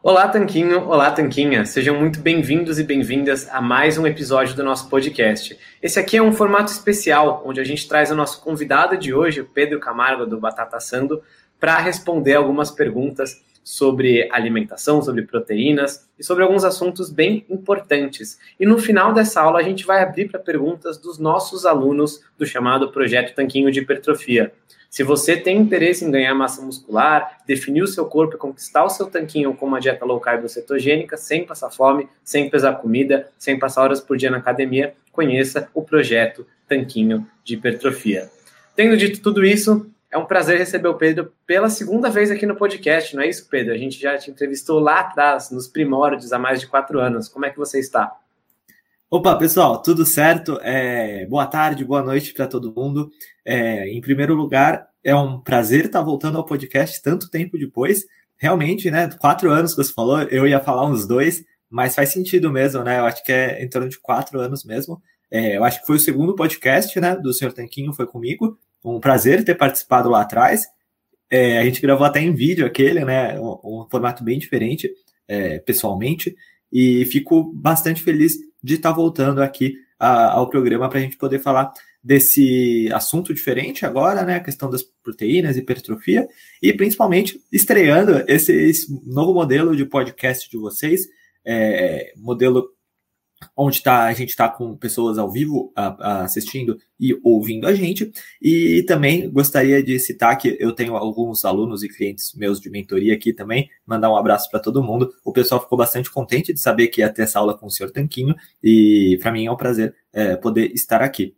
Olá, Tanquinho! Olá, Tanquinha! Sejam muito bem-vindos e bem-vindas a mais um episódio do nosso podcast. Esse aqui é um formato especial, onde a gente traz o nosso convidado de hoje, o Pedro Camargo, do Batata Assando, para responder algumas perguntas sobre alimentação, sobre proteínas e sobre alguns assuntos bem importantes. E no final dessa aula a gente vai abrir para perguntas dos nossos alunos do chamado Projeto Tanquinho de Hipertrofia. Se você tem interesse em ganhar massa muscular, definir o seu corpo e conquistar o seu tanquinho com uma dieta low carb ou cetogênica, sem passar fome, sem pesar comida, sem passar horas por dia na academia, conheça o Projeto Tanquinho de Hipertrofia. Tendo dito tudo isso, é um prazer receber o Pedro pela segunda vez aqui no podcast, não é isso, Pedro? A gente já te entrevistou lá atrás, nos primórdios, há mais de 4 anos. Como é que você está? Opa, pessoal, tudo certo? Boa tarde, boa noite para todo mundo. Em primeiro lugar, é um prazer estar voltando ao podcast tanto tempo depois. Realmente, né, 4 anos que você falou, eu ia falar uns 2, mas faz sentido mesmo, né? Eu acho que é em torno de 4 anos mesmo. Eu acho que foi o segundo podcast, né, do Sr. Tanquinho, foi comigo. Um prazer ter participado lá atrás. A gente gravou até em vídeo aquele, né, um formato bem diferente, pessoalmente, e fico bastante feliz de estar voltando aqui ao programa para a gente poder falar desse assunto diferente agora, né, a questão das proteínas, hipertrofia, e principalmente estreando esse novo modelo de podcast de vocês, modelo onde a gente está com pessoas ao vivo assistindo e ouvindo a gente. E também gostaria de citar que eu tenho alguns alunos e clientes meus de mentoria aqui também, mandar um abraço para todo mundo. O pessoal ficou bastante contente de saber que ia ter essa aula com o Sr. Tanquinho, e para mim é um prazer poder estar aqui.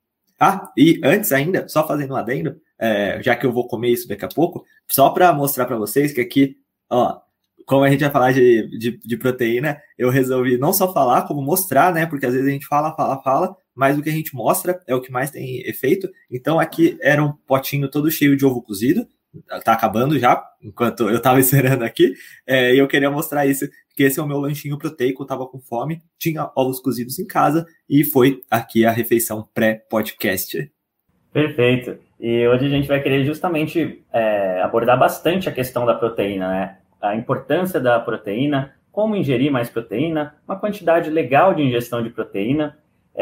E antes ainda, só fazendo um adendo, já que eu vou comer isso daqui a pouco, só para mostrar para vocês que aqui, ó, como a gente vai falar de proteína, eu resolvi não só falar, como mostrar, né? Porque às vezes a gente fala, mas o que a gente mostra é o que mais tem efeito. Então aqui era um potinho todo cheio de ovo cozido, tá acabando já, enquanto eu tava esperando aqui, e eu queria mostrar isso, que esse é o meu lanchinho proteico, eu tava com fome, tinha ovos cozidos em casa, e foi aqui a refeição pré-podcast. Perfeito. E hoje a gente vai querer justamente abordar bastante a questão da proteína, né? A importância da proteína, como ingerir mais proteína, uma quantidade legal de ingestão de proteína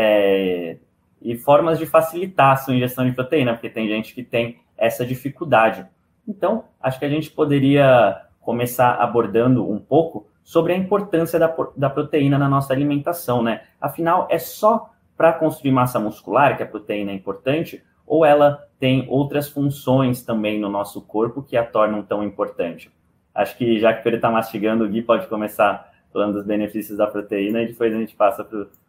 e formas de facilitar a sua ingestão de proteína, porque tem gente que tem essa dificuldade. Então, acho que a gente poderia começar abordando um pouco sobre a importância da proteína na nossa alimentação, né? Afinal, é só para construir massa muscular que a proteína é importante, ou ela tem outras funções também no nosso corpo que a tornam tão importante? Acho que já que o Pedro está mastigando, o Gui pode começar falando dos benefícios da proteína e depois a gente passa para o...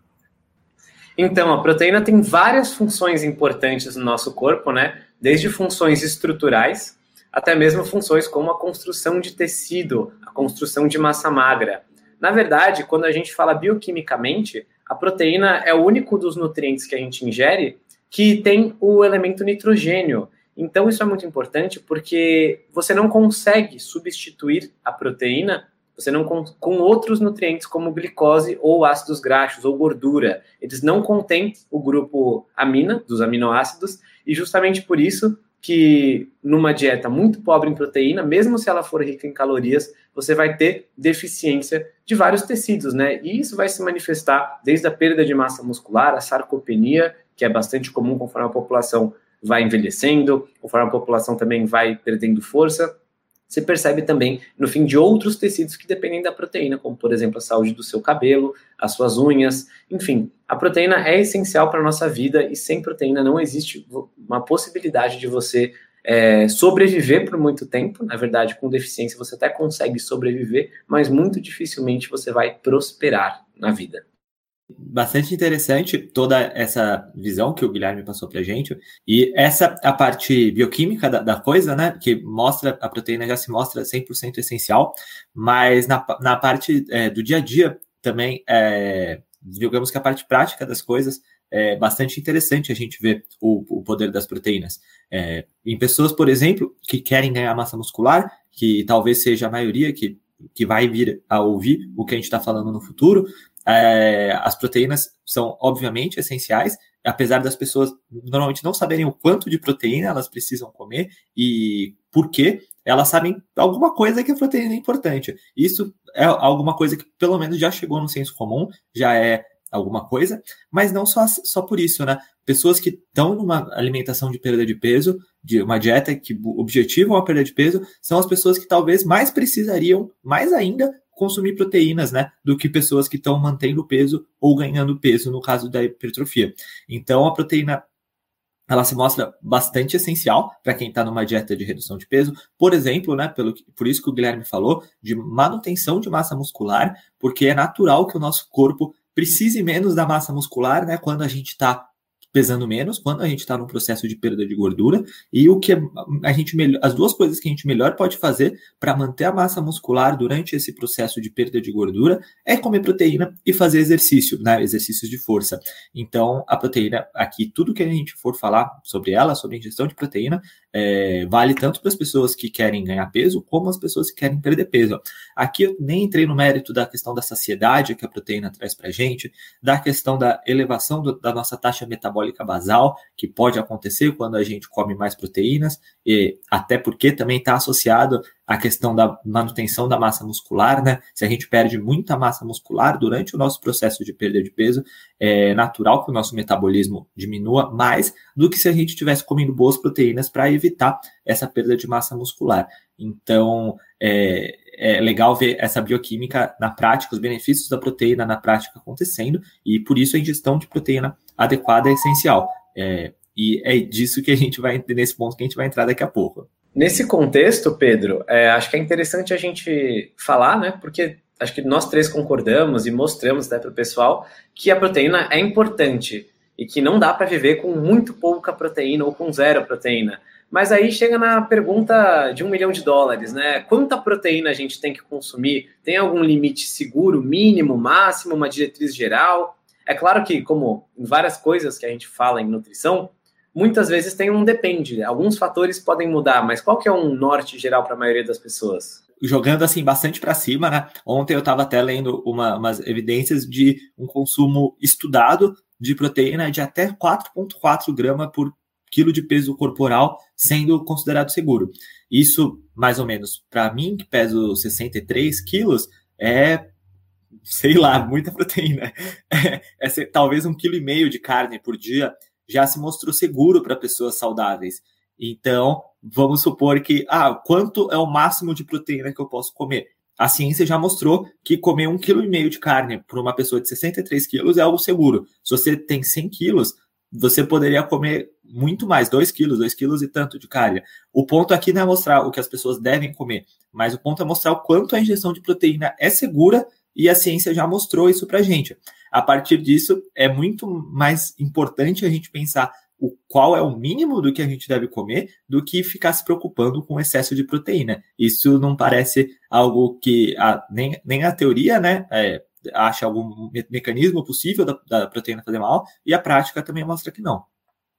Então, a proteína tem várias funções importantes no nosso corpo, né? Desde funções estruturais até mesmo funções como a construção de tecido, a construção de massa magra. Na verdade, quando a gente fala bioquimicamente, a proteína é o único dos nutrientes que a gente ingere que tem o elemento nitrogênio. Então, isso é muito importante porque você não consegue substituir a proteína com outros nutrientes como glicose ou ácidos graxos ou gordura. Eles não contêm o grupo amina, dos aminoácidos, e justamente por isso que numa dieta muito pobre em proteína, mesmo se ela for rica em calorias, você vai ter deficiência de vários tecidos, né? E isso vai se manifestar desde a perda de massa muscular, a sarcopenia, que é bastante comum conforme a população vai envelhecendo, conforme a população também vai perdendo força. Você percebe também no fim de outros tecidos que dependem da proteína, como, por exemplo, a saúde do seu cabelo, as suas unhas, enfim. A proteína é essencial para a nossa vida e sem proteína não existe uma possibilidade de você sobreviver por muito tempo. Na verdade, com deficiência você até consegue sobreviver, mas muito dificilmente você vai prosperar na vida. Bastante interessante toda essa visão que o Guilherme passou pra gente, e essa a parte bioquímica da coisa, né, que mostra, a proteína já se mostra 100% essencial, mas na parte do dia a dia também, digamos que a parte prática das coisas é bastante interessante a gente ver o poder das proteínas. Em pessoas, por exemplo, que querem ganhar massa muscular, que talvez seja a maioria que vai vir a ouvir o que a gente está falando no futuro, as proteínas são obviamente essenciais, apesar das pessoas normalmente não saberem o quanto de proteína elas precisam comer e por quê. elas sabem alguma coisa que a proteína é importante. Isso é alguma coisa que pelo menos já chegou no senso comum, já é alguma coisa, mas não só por isso, né? Pessoas que estão numa alimentação de perda de peso, de uma dieta que objetivam a perda de peso, são as pessoas que talvez mais precisariam, mais ainda, consumir proteínas, né? Do que pessoas que estão mantendo peso ou ganhando peso, no caso da hipertrofia. Então, a proteína, ela se mostra bastante essencial para quem está numa dieta de redução de peso, por exemplo, né, por isso que o Guilherme falou, de manutenção de massa muscular, porque é natural que o nosso corpo precise menos da massa muscular, né, quando a gente está pesando menos, quando a gente está num processo de perda de gordura, e o que as duas coisas que a gente melhor pode fazer para manter a massa muscular durante esse processo de perda de gordura é comer proteína e fazer exercício, né, exercícios de força. Então, a proteína, aqui, tudo que a gente for falar sobre ela, sobre a ingestão de proteína, vale tanto para as pessoas que querem ganhar peso, como as pessoas que querem perder peso. Aqui eu nem entrei no mérito da questão da saciedade que a proteína traz para a gente, da questão da elevação da nossa taxa metabólica basal, que pode acontecer quando a gente come mais proteínas, e até porque também está associado à questão da manutenção da massa muscular, né? Se a gente perde muita massa muscular durante o nosso processo de perda de peso, é natural que o nosso metabolismo diminua mais do que se a gente estivesse comendo boas proteínas para evitar essa perda de massa muscular. Então, é legal ver essa bioquímica na prática, os benefícios da proteína na prática acontecendo, e por isso a ingestão de proteína adequada é essencial. E é disso que a gente vai, nesse ponto que a gente vai entrar daqui a pouco. Nesse contexto, Pedro, acho que é interessante a gente falar, né? Porque acho que nós três concordamos e mostramos, né, para o pessoal que a proteína é importante e que não dá para viver com muito pouca proteína ou com zero proteína. Mas aí chega na pergunta de $1 milhão, né? Quanta proteína a gente tem que consumir? Tem algum limite seguro, mínimo, máximo, uma diretriz geral? É claro que, como em várias coisas que a gente fala em nutrição, muitas vezes tem um depende. Alguns fatores podem mudar, mas qual que é um norte geral para a maioria das pessoas? Jogando assim bastante para cima, né? Ontem eu estava até lendo umas evidências de um consumo estudado de proteína de até 4,4 gramas por quilo de peso corporal sendo considerado seguro. Isso, mais ou menos, para mim, que peso 63 quilos, sei lá, muita proteína. Talvez 1,5 kg de carne por dia já se mostrou seguro para pessoas saudáveis. Então, vamos supor que, quanto é o máximo de proteína que eu posso comer? A ciência já mostrou que comer 1,5 kg de carne por uma pessoa de 63 quilos é algo seguro. Se você tem 100 quilos, você poderia comer muito mais, 2 quilos, 2 quilos e tanto de carne. O ponto aqui não é mostrar o que as pessoas devem comer, mas o ponto é mostrar o quanto a ingestão de proteína é segura, e a ciência já mostrou isso pra gente. A partir disso, é muito mais importante a gente pensar qual é o mínimo do que a gente deve comer do que ficar se preocupando com o excesso de proteína. Isso não parece algo que nem a teoria, né, acha algum mecanismo possível da proteína fazer mal, e a prática também mostra que não.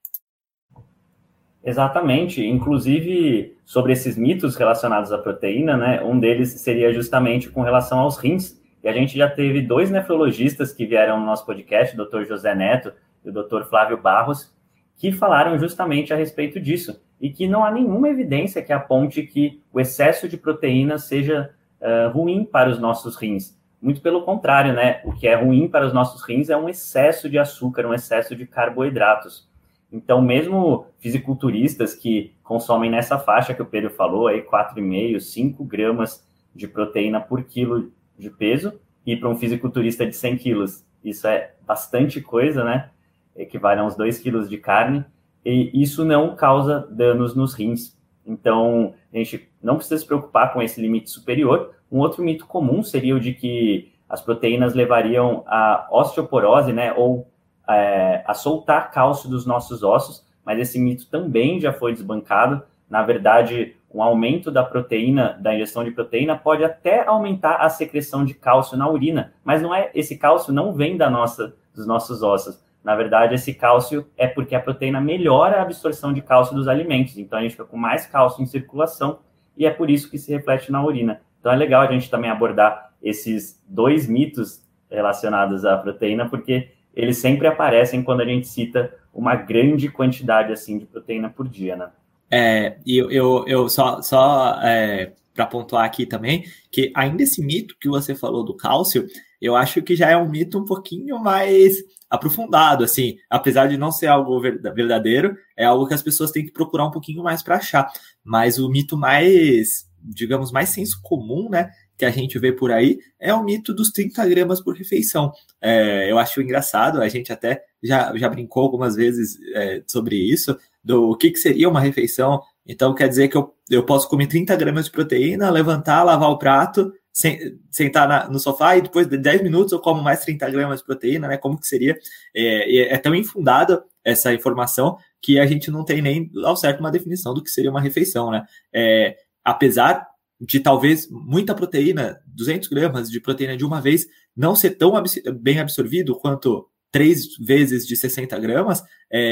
Exatamente. Inclusive, sobre esses mitos relacionados à proteína, né, um deles seria justamente com relação aos rins. E a gente já teve 2 nefrologistas que vieram no nosso podcast, o Dr. José Neto e o Dr. Flávio Barros, que falaram justamente a respeito disso. E que não há nenhuma evidência que aponte que o excesso de proteína seja ruim para os nossos rins. Muito pelo contrário, né? O que é ruim para os nossos rins é um excesso de açúcar, um excesso de carboidratos. Então, mesmo fisiculturistas que consomem nessa faixa que o Pedro falou, aí 4,5, 5 gramas de proteína por quilo de peso, e para um fisiculturista de 100 quilos, isso é bastante coisa, né? Equivale a uns 2 quilos de carne, e isso não causa danos nos rins. Então, a gente não precisa se preocupar com esse limite superior. Um outro mito comum seria o de que as proteínas levariam à osteoporose, né? Ou a soltar cálcio dos nossos ossos, mas esse mito também já foi desbancado. Na verdade, um aumento da proteína, da ingestão de proteína, pode até aumentar a secreção de cálcio na urina, mas esse cálcio não vem dos nossos ossos. Na verdade, esse cálcio é porque a proteína melhora a absorção de cálcio dos alimentos, então a gente fica com mais cálcio em circulação, e é por isso que se reflete na urina. Então é legal a gente também abordar esses 2 mitos relacionados à proteína, porque eles sempre aparecem quando a gente cita uma grande quantidade assim de proteína por dia, né? E eu só para pontuar aqui também, que ainda esse mito que você falou do cálcio, eu acho que já é um mito um pouquinho mais aprofundado, assim, apesar de não ser algo verdadeiro, é algo que as pessoas têm que procurar um pouquinho mais para achar. Mas o mito mais, digamos, mais senso comum, né, que a gente vê por aí, é o mito dos 30 gramas por refeição. Eu acho engraçado, a gente até já brincou algumas vezes sobre isso, do que seria uma refeição. Então, quer dizer que eu posso comer 30 gramas de proteína, levantar, lavar o prato, sentar no sofá e depois de 10 minutos eu como mais 30 gramas de proteína, né? Como que seria? É tão infundada essa informação que a gente não tem nem ao certo uma definição do que seria uma refeição, né? Apesar de talvez muita proteína, 200 gramas de proteína de uma vez, não ser tão bem absorvido quanto 3 vezes de 60 gramas,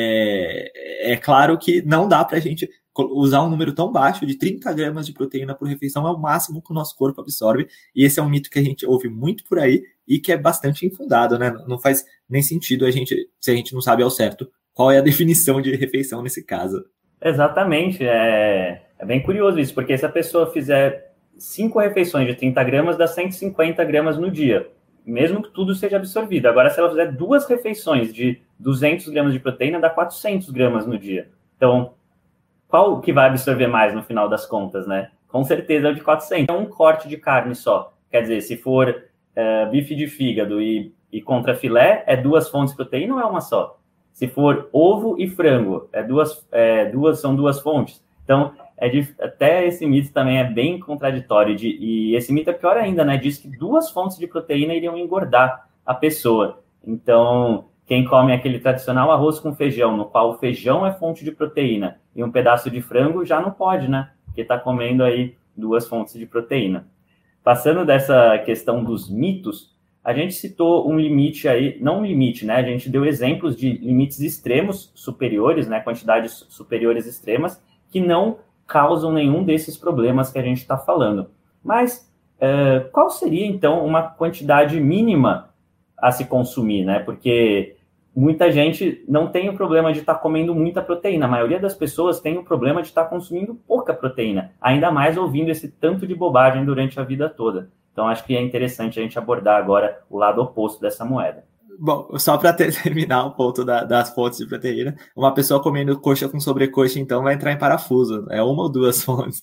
é claro que não dá para a gente usar um número tão baixo de 30 gramas de proteína por refeição, é o máximo que o nosso corpo absorve, e esse é um mito que a gente ouve muito por aí e que é bastante infundado, né? Não faz nem sentido se a gente não sabe ao certo qual é a definição de refeição nesse caso. Exatamente, é bem curioso isso, porque se a pessoa fizer 5 refeições de 30 gramas, dá 150 gramas no dia, mesmo que tudo seja absorvido. Agora, se ela fizer 2 refeições de 200 gramas de proteína, dá 400 gramas no dia. Então, qual que vai absorver mais no final das contas, né? Com certeza é o de 400. É um corte de carne só. Quer dizer, se for bife de fígado e contra filé, é 2 fontes de proteína ou é uma só? Se for ovo e frango, são 2 fontes. Então, até esse mito também é bem contraditório. E esse mito é pior ainda, né? Diz que 2 fontes de proteína iriam engordar a pessoa. Então, quem come aquele tradicional arroz com feijão, no qual o feijão é fonte de proteína, e um pedaço de frango, já não pode, né? Porque está comendo aí 2 fontes de proteína. Passando dessa questão dos mitos, a gente citou um limite aí, não um limite, né? A gente deu exemplos de limites extremos superiores, né? Quantidades superiores extremas, que não causam nenhum desses problemas que a gente está falando. Mas qual seria, então, uma quantidade mínima a se consumir, né? Porque muita gente não tem o problema de estar comendo muita proteína. A maioria das pessoas tem o problema de estar consumindo pouca proteína, ainda mais ouvindo esse tanto de bobagem durante a vida toda. Então, acho que é interessante a gente abordar agora o lado oposto dessa moeda. Bom, só para terminar o ponto das fontes de proteína, uma pessoa comendo coxa com sobrecoxa, então, vai entrar em parafuso. É 1 ou 2 fontes.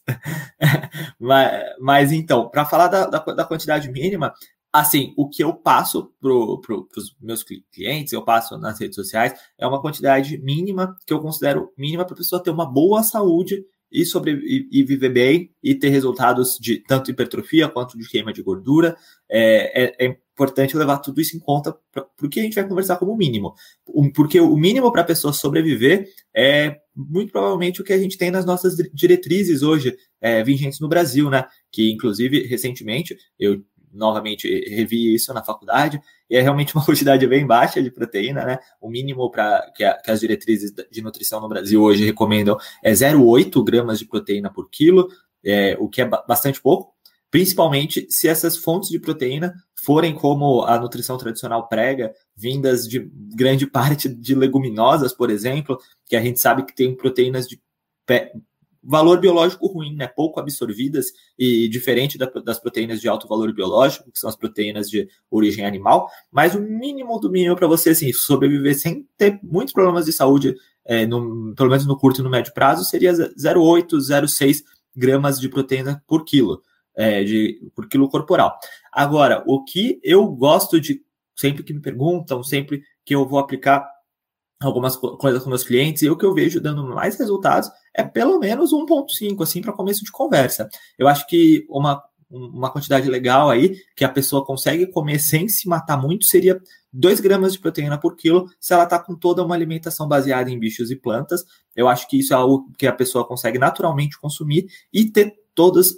mas então, para falar da quantidade mínima, assim, o que eu passo para os meus clientes, eu passo nas redes sociais, é uma quantidade mínima, que eu considero mínima para a pessoa ter uma boa saúde e viver bem e ter resultados de tanto hipertrofia quanto de queima de gordura. É importante levar tudo isso em conta porque a gente vai conversar como mínimo. Porque o mínimo para a pessoa sobreviver é muito provavelmente o que a gente tem nas nossas diretrizes hoje, vigentes no Brasil, né? Que, inclusive, recentemente, eu novamente revi isso na faculdade, e é realmente uma quantidade bem baixa de proteína, né? O mínimo que as diretrizes de nutrição no Brasil hoje recomendam é 0,8 gramas de proteína por quilo, o que é bastante pouco, principalmente se essas fontes de proteína forem como a nutrição tradicional prega, vindas de grande parte de leguminosas, por exemplo, que a gente sabe que tem proteínas de valor biológico ruim, né? Pouco absorvidas e diferente das proteínas de alto valor biológico, que são as proteínas de origem animal, mas o mínimo do mínimo para você assim, sobreviver sem ter muitos problemas de saúde, pelo menos no curto e no médio prazo, seria 0,8, 0,6 gramas de proteína por quilo, por quilo corporal. Agora, o que eu gosto de, sempre que me perguntam, sempre que eu vou aplicar algumas coisas com meus clientes, e o que eu vejo dando mais resultados é pelo menos 1,5, assim, para começo de conversa. Eu acho que uma quantidade legal aí, que a pessoa consegue comer sem se matar muito, seria 2 gramas de proteína por quilo, se ela está com toda uma alimentação baseada em bichos e plantas. Eu acho que isso é algo que a pessoa consegue naturalmente consumir e ter todos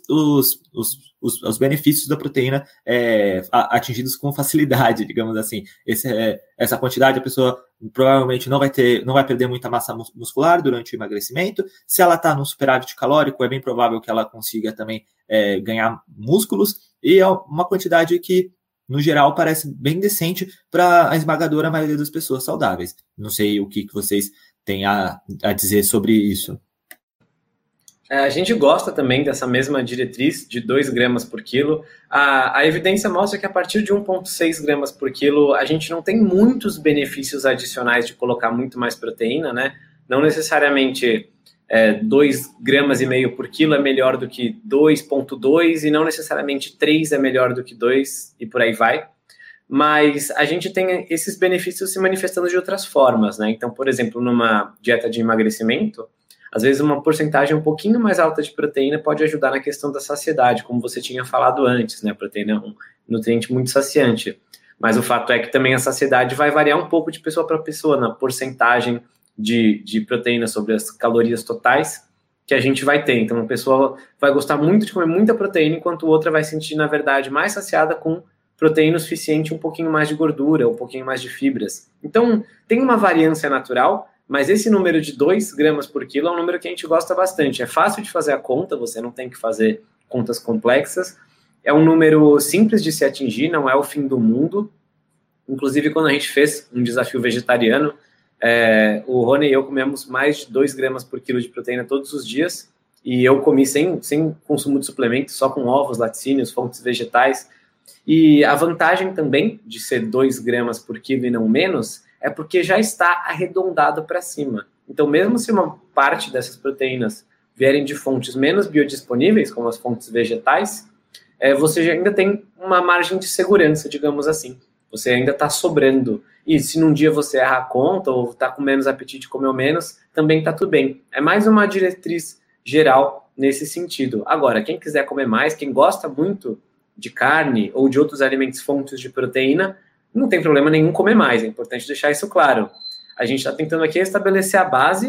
os benefícios da proteína atingidos com facilidade, digamos assim. Essa quantidade a pessoa provavelmente não vai perder muita massa muscular durante o emagrecimento. Se ela está no superávit calórico, é bem provável que ela consiga também ganhar músculos, e é uma quantidade que, no geral, parece bem decente para a esmagadora maioria das pessoas saudáveis. Não sei o que vocês têm a dizer sobre isso. A gente gosta também dessa mesma diretriz de 2 gramas por quilo. A evidência mostra que a partir de 1,6 gramas por quilo, a gente não tem muitos benefícios adicionais de colocar muito mais proteína, né? Não necessariamente 2,5 gramas por quilo é melhor do que 2,2 e não necessariamente 3 é melhor do que 2 e por aí vai. Mas a gente tem esses benefícios se manifestando de outras formas, né? Então, por exemplo, numa dieta de emagrecimento, às vezes uma porcentagem um pouquinho mais alta de proteína pode ajudar na questão da saciedade, como você tinha falado antes, né? A proteína é um nutriente muito saciante. Mas o fato é que também a saciedade vai variar um pouco de pessoa para pessoa, na porcentagem de proteína sobre as calorias totais que a gente vai ter. Então, uma pessoa vai gostar muito de comer muita proteína, enquanto outra vai sentir, na verdade, mais saciada com proteína o suficiente, um pouquinho mais de gordura, um pouquinho mais de fibras. Então, tem uma variância natural, mas esse número de 2 gramas por quilo é um número que a gente gosta bastante. É fácil de fazer a conta, você não tem que fazer contas complexas. É um número simples de se atingir, não é o fim do mundo. Inclusive, quando a gente fez um desafio vegetariano, o Rony e eu comemos mais de 2 gramas por quilo de proteína todos os dias, e eu comi sem consumo de suplementos, só com ovos, laticínios, fontes vegetais. E a vantagem também de ser 2 gramas por quilo e não menos é porque já está arredondado para cima. Então, mesmo se uma parte dessas proteínas vierem de fontes menos biodisponíveis, como as fontes vegetais, você já ainda tem uma margem de segurança, digamos assim. Você ainda está sobrando. E se num dia você erra a conta ou está com menos apetite, comeu menos, também está tudo bem. É mais uma diretriz geral nesse sentido. Agora, quem quiser comer mais, quem gosta muito de carne ou de outros alimentos fontes de proteína, não tem problema nenhum comer mais, é importante deixar isso claro. A gente está tentando aqui estabelecer a base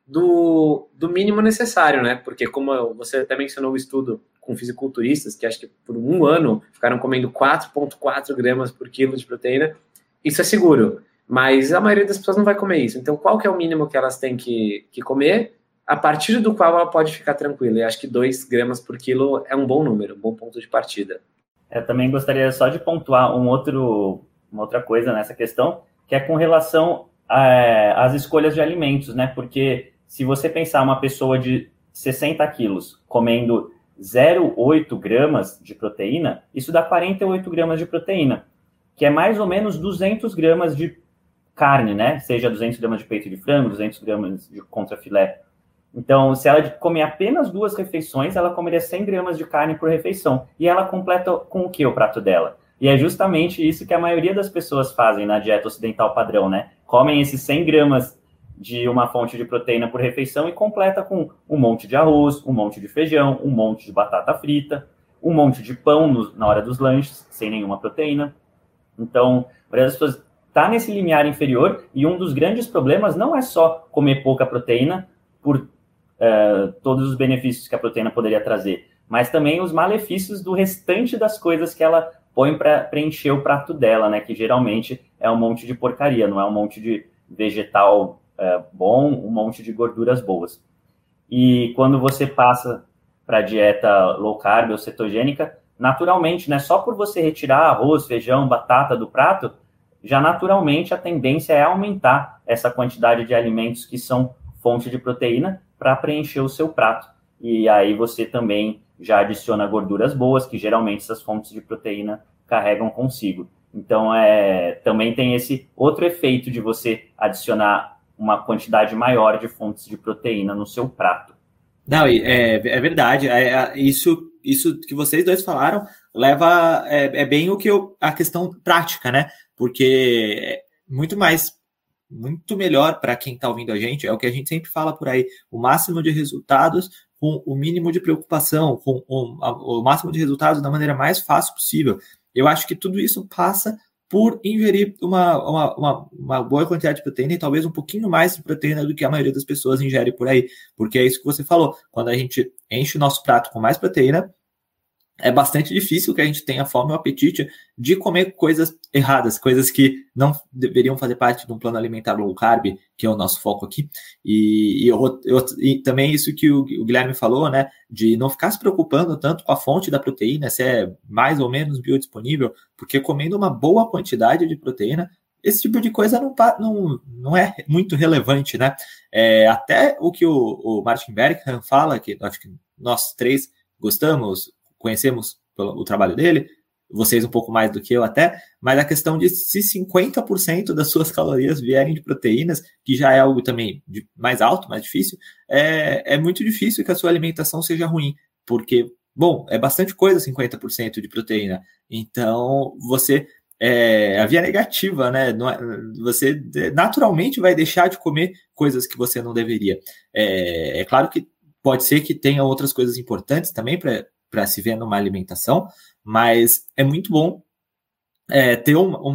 do mínimo necessário, né? Porque como você até mencionou o estudo com fisiculturistas, que acho que por 1 ano ficaram comendo 4,4 gramas por quilo de proteína, isso é seguro, mas a maioria das pessoas não vai comer isso. Então, qual que é o mínimo que elas têm que comer, a partir do qual ela pode ficar tranquila? E acho que 2 gramas por quilo é um bom número, um bom ponto de partida. Eu também gostaria só de pontuar uma outra coisa nessa questão, que é com relação às escolhas de alimentos, né? Porque se você pensar uma pessoa de 60 quilos comendo 0,8 gramas de proteína, isso dá 48 gramas de proteína, que é mais ou menos 200 gramas de carne, né? Seja 200 gramas de peito de frango, 200 gramas de contrafilé. Então, se ela comer apenas 2 refeições, ela comeria 100 gramas de carne por refeição. E ela completa com o que o prato dela? E é justamente isso que a maioria das pessoas fazem na dieta ocidental padrão, né? Comem esses 100 gramas de uma fonte de proteína por refeição e completa com um monte de arroz, um monte de feijão, um monte de batata frita, um monte de pão na hora dos lanches, sem nenhuma proteína. Então, a maioria das pessoas está nesse limiar inferior, e um dos grandes problemas não é só comer pouca proteína por todos os benefícios que a proteína poderia trazer, mas também os malefícios do restante das coisas que ela põe para preencher o prato dela, né? Que geralmente é um monte de porcaria, não é um monte de vegetal bom, um monte de gorduras boas. E quando você passa para a dieta low carb ou cetogênica, naturalmente, né? Só por você retirar arroz, feijão, batata do prato, já naturalmente a tendência é aumentar essa quantidade de alimentos que são fonte de proteína para preencher o seu prato. E aí você também já adiciona gorduras boas, que geralmente essas fontes de proteína carregam consigo. Então, também tem esse outro efeito de você adicionar uma quantidade maior de fontes de proteína no seu prato. Não, é verdade. Isso que vocês dois falaram leva bem a questão prática, né? Porque muito melhor para quem está ouvindo a gente, é o que a gente sempre fala por aí, o máximo de resultados com o mínimo de preocupação, com o máximo de resultados da maneira mais fácil possível. Eu acho que tudo isso passa por ingerir uma boa quantidade de proteína e talvez um pouquinho mais de proteína do que a maioria das pessoas ingere por aí, porque é isso que você falou, quando a gente enche o nosso prato com mais proteína, é bastante difícil que a gente tenha fome ou apetite de comer coisas erradas, coisas que não deveriam fazer parte de um plano alimentar low carb, que é o nosso foco aqui. E também isso que o Guilherme falou, né, de não ficar se preocupando tanto com a fonte da proteína, se é mais ou menos biodisponível, porque comendo uma boa quantidade de proteína, esse tipo de coisa não é muito relevante, né? Até o que o Martin Berghan fala, que acho que nós três gostamos, conhecemos o trabalho dele, vocês um pouco mais do que eu até, mas a questão de se 50% das suas calorias vierem de proteínas, que já é algo também mais alto, mais difícil, é muito difícil que a sua alimentação seja ruim, porque, bom, é bastante coisa 50% de proteína, então a via negativa, né? Você naturalmente vai deixar de comer coisas que você não deveria. É claro que pode ser que tenha outras coisas importantes também para se ver numa alimentação, mas é muito bom ter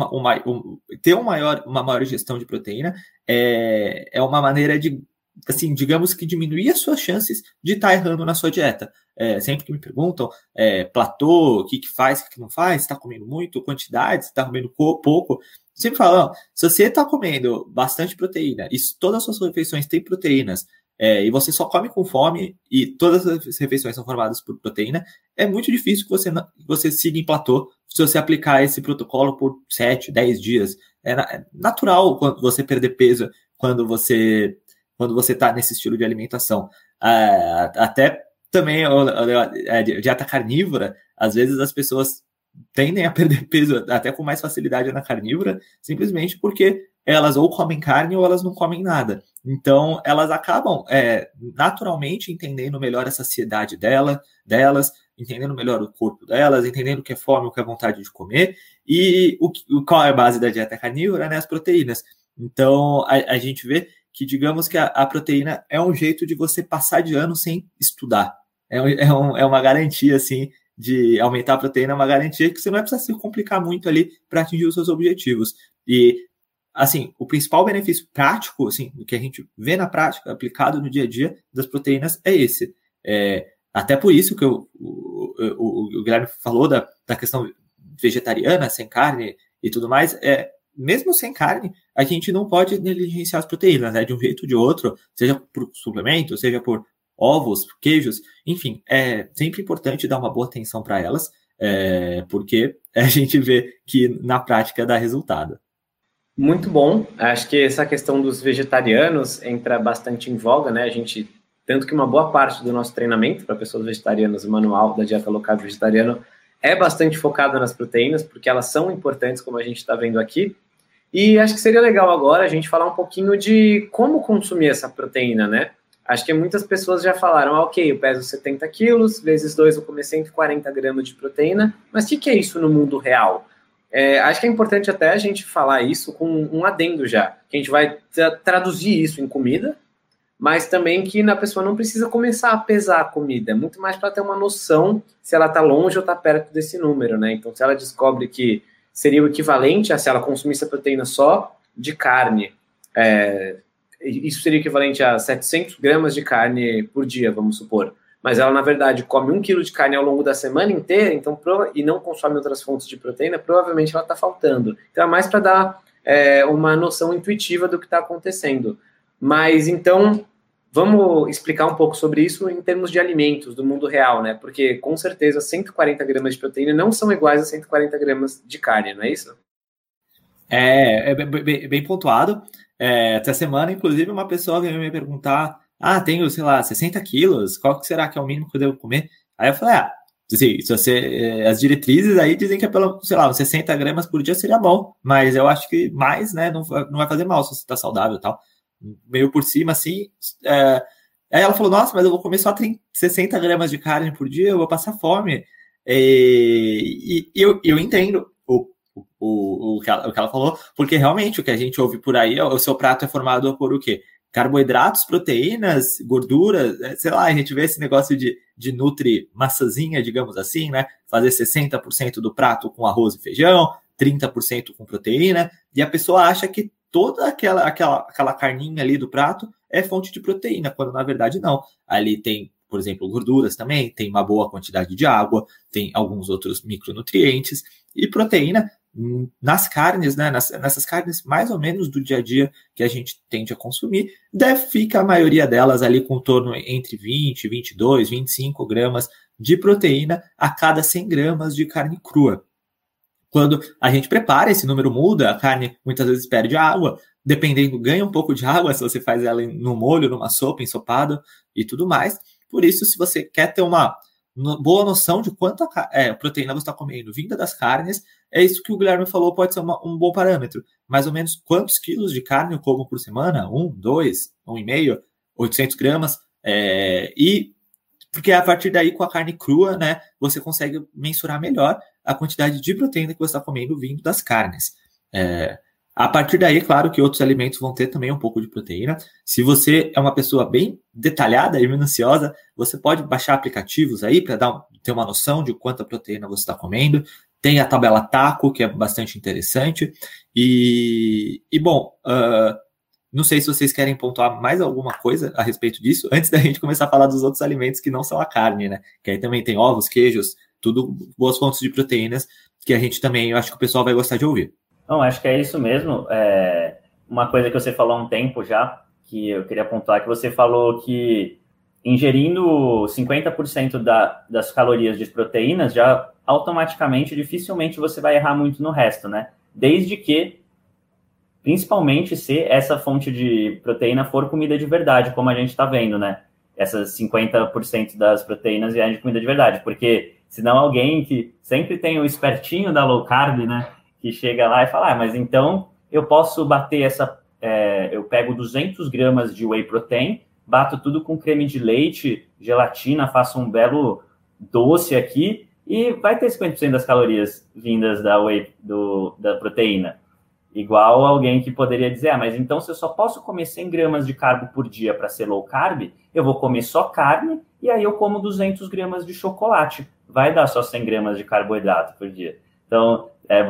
uma maior ingestão de proteína. É uma maneira de, assim, digamos que diminuir as suas chances de estar errando na sua dieta. Sempre que me perguntam, platô, o que faz, o que não faz, está comendo muito, quantidade, está comendo pouco, sempre falo, se você está comendo bastante proteína, e todas as suas refeições têm proteínas, e você só come com fome, e todas as refeições são formadas por proteína, é muito difícil que você siga em platô se você aplicar esse protocolo por 7, 10 dias. É natural você perder peso quando você está nesse estilo de alimentação. Até também a dieta carnívora, às vezes as pessoas tendem a perder peso até com mais facilidade na carnívora, simplesmente porque elas ou comem carne ou elas não comem nada. Então, elas acabam naturalmente entendendo melhor a saciedade delas, entendendo melhor o corpo delas, entendendo o que é fome, o que é vontade de comer, e qual é a base da dieta carnívora, né? As proteínas. Então, a gente vê que, digamos que a proteína é um jeito de você passar de ano sem estudar. É uma garantia, assim, de aumentar a proteína, é uma garantia que você não vai precisar se complicar muito ali para atingir os seus objetivos. E, assim, o principal benefício prático, assim, do que a gente vê na prática, aplicado no dia a dia das proteínas, é esse. Até por isso que o Guilherme falou da questão vegetariana, sem carne e tudo mais, mesmo sem carne, a gente não pode negligenciar as proteínas, né? De um jeito ou de outro, seja por suplemento, seja por ovos, queijos, enfim, é sempre importante dar uma boa atenção para elas, porque a gente vê que na prática dá resultado. Muito bom. Acho que essa questão dos vegetarianos entra bastante em voga, né? Tanto que uma boa parte do nosso treinamento para pessoas vegetarianas, o manual da dieta low carb vegetariano, é bastante focado nas proteínas, porque elas são importantes, como a gente está vendo aqui. E acho que seria legal agora a gente falar um pouquinho de como consumir essa proteína, né? Acho que muitas pessoas já falaram, ok, eu peso 70 quilos, vezes 2 eu vou comer 140 gramas de proteína, mas o que é isso no mundo real? Acho que é importante até a gente falar isso com um adendo já, que a gente vai traduzir isso em comida, mas também que a pessoa não precisa começar a pesar a comida, é muito mais para ter uma noção se ela está longe ou está perto desse número, né? Então, se ela descobre que seria o equivalente a se ela consumisse a proteína só de carne, isso seria equivalente a 700 gramas de carne por dia, vamos supor. Mas ela, na verdade, come 1 quilo de carne ao longo da semana inteira, então, e não consome outras fontes de proteína, provavelmente ela está faltando. Então, é mais para dar uma noção intuitiva do que está acontecendo. Mas, então, vamos explicar um pouco sobre isso em termos de alimentos do mundo real, né? Porque, com certeza, 140 gramas de proteína não são iguais a 140 gramas de carne, não é isso? Bem pontuado. Essa semana, inclusive, uma pessoa veio me perguntar, tenho, sei lá, 60 quilos, qual que será que é o mínimo que eu devo comer? Aí eu falei, se você, as diretrizes aí dizem que é pelo, sei lá, 60 gramas por dia seria bom, mas eu acho que mais, né, não vai fazer mal se você tá saudável e tal. Meio por cima, assim. Aí ela falou, nossa, mas eu vou comer só 60 gramas de carne por dia, eu vou passar fome. E eu entendo o que ela falou, porque realmente o que a gente ouve por aí, o seu prato é formado por o quê? Carboidratos, proteínas, gorduras, sei lá, a gente vê esse negócio de nutri massazinha, digamos assim, né? Fazer 60% do prato com arroz e feijão, 30% com proteína, e a pessoa acha que toda aquela carninha ali do prato é fonte de proteína, quando na verdade não. Ali tem, por exemplo, gorduras também, tem uma boa quantidade de água, tem alguns outros micronutrientes, e proteína nas carnes, né, nessas carnes mais ou menos do dia a dia que a gente tende a consumir, fica a maioria delas ali com torno entre 20, 22, 25 gramas de proteína a cada 100 gramas de carne crua. quando a gente prepara, esse número muda, a carne muitas vezes perde água, dependendo, ganha um pouco de água se você faz ela no molho, numa sopa, ensopado e tudo mais. Por isso, se você quer ter uma boa noção de quanta proteína você está comendo vinda das carnes, é isso que o Guilherme falou, pode ser um bom parâmetro. Mais ou menos quantos quilos de carne eu como por semana? 1, 2, 1,5, 800 gramas. E porque a partir daí, com a carne crua, né, você consegue mensurar melhor a quantidade de proteína que você está comendo vindo das carnes. A partir daí, claro que outros alimentos vão ter também um pouco de proteína. Se você é uma pessoa bem detalhada e minuciosa, você pode baixar aplicativos aí para ter uma noção de quanta proteína você está comendo. Tem a tabela TACO, que é bastante interessante. Bom, não sei se vocês querem pontuar mais alguma coisa a respeito disso, antes da gente começar a falar dos outros alimentos que não são a carne, né? Que aí também tem ovos, queijos, tudo boas fontes de proteínas, que a gente também, eu acho que o pessoal vai gostar de ouvir. Não, acho que é isso mesmo. Uma coisa que você falou há um tempo já, que eu queria pontuar, que você falou que ingerindo 50% das calorias de proteínas, já automaticamente, dificilmente você vai errar muito no resto, né? Desde que, principalmente, se essa fonte de proteína for comida de verdade, como a gente está vendo, né? Essas 50% das proteínas vierem de comida de verdade, porque senão alguém que sempre tem o espertinho da low carb, né? Que chega lá e fala, mas então eu posso bater eu pego 200 gramas de whey protein, bato tudo com creme de leite, gelatina, faço um belo doce aqui e vai ter 50% das calorias vindas da whey, da proteína. Igual alguém que poderia dizer, mas então se eu só posso comer 100 gramas de carbo por dia para ser low carb, eu vou comer só carne e aí eu como 200 gramas de chocolate. Vai dar só 100 gramas de carboidrato por dia. Então,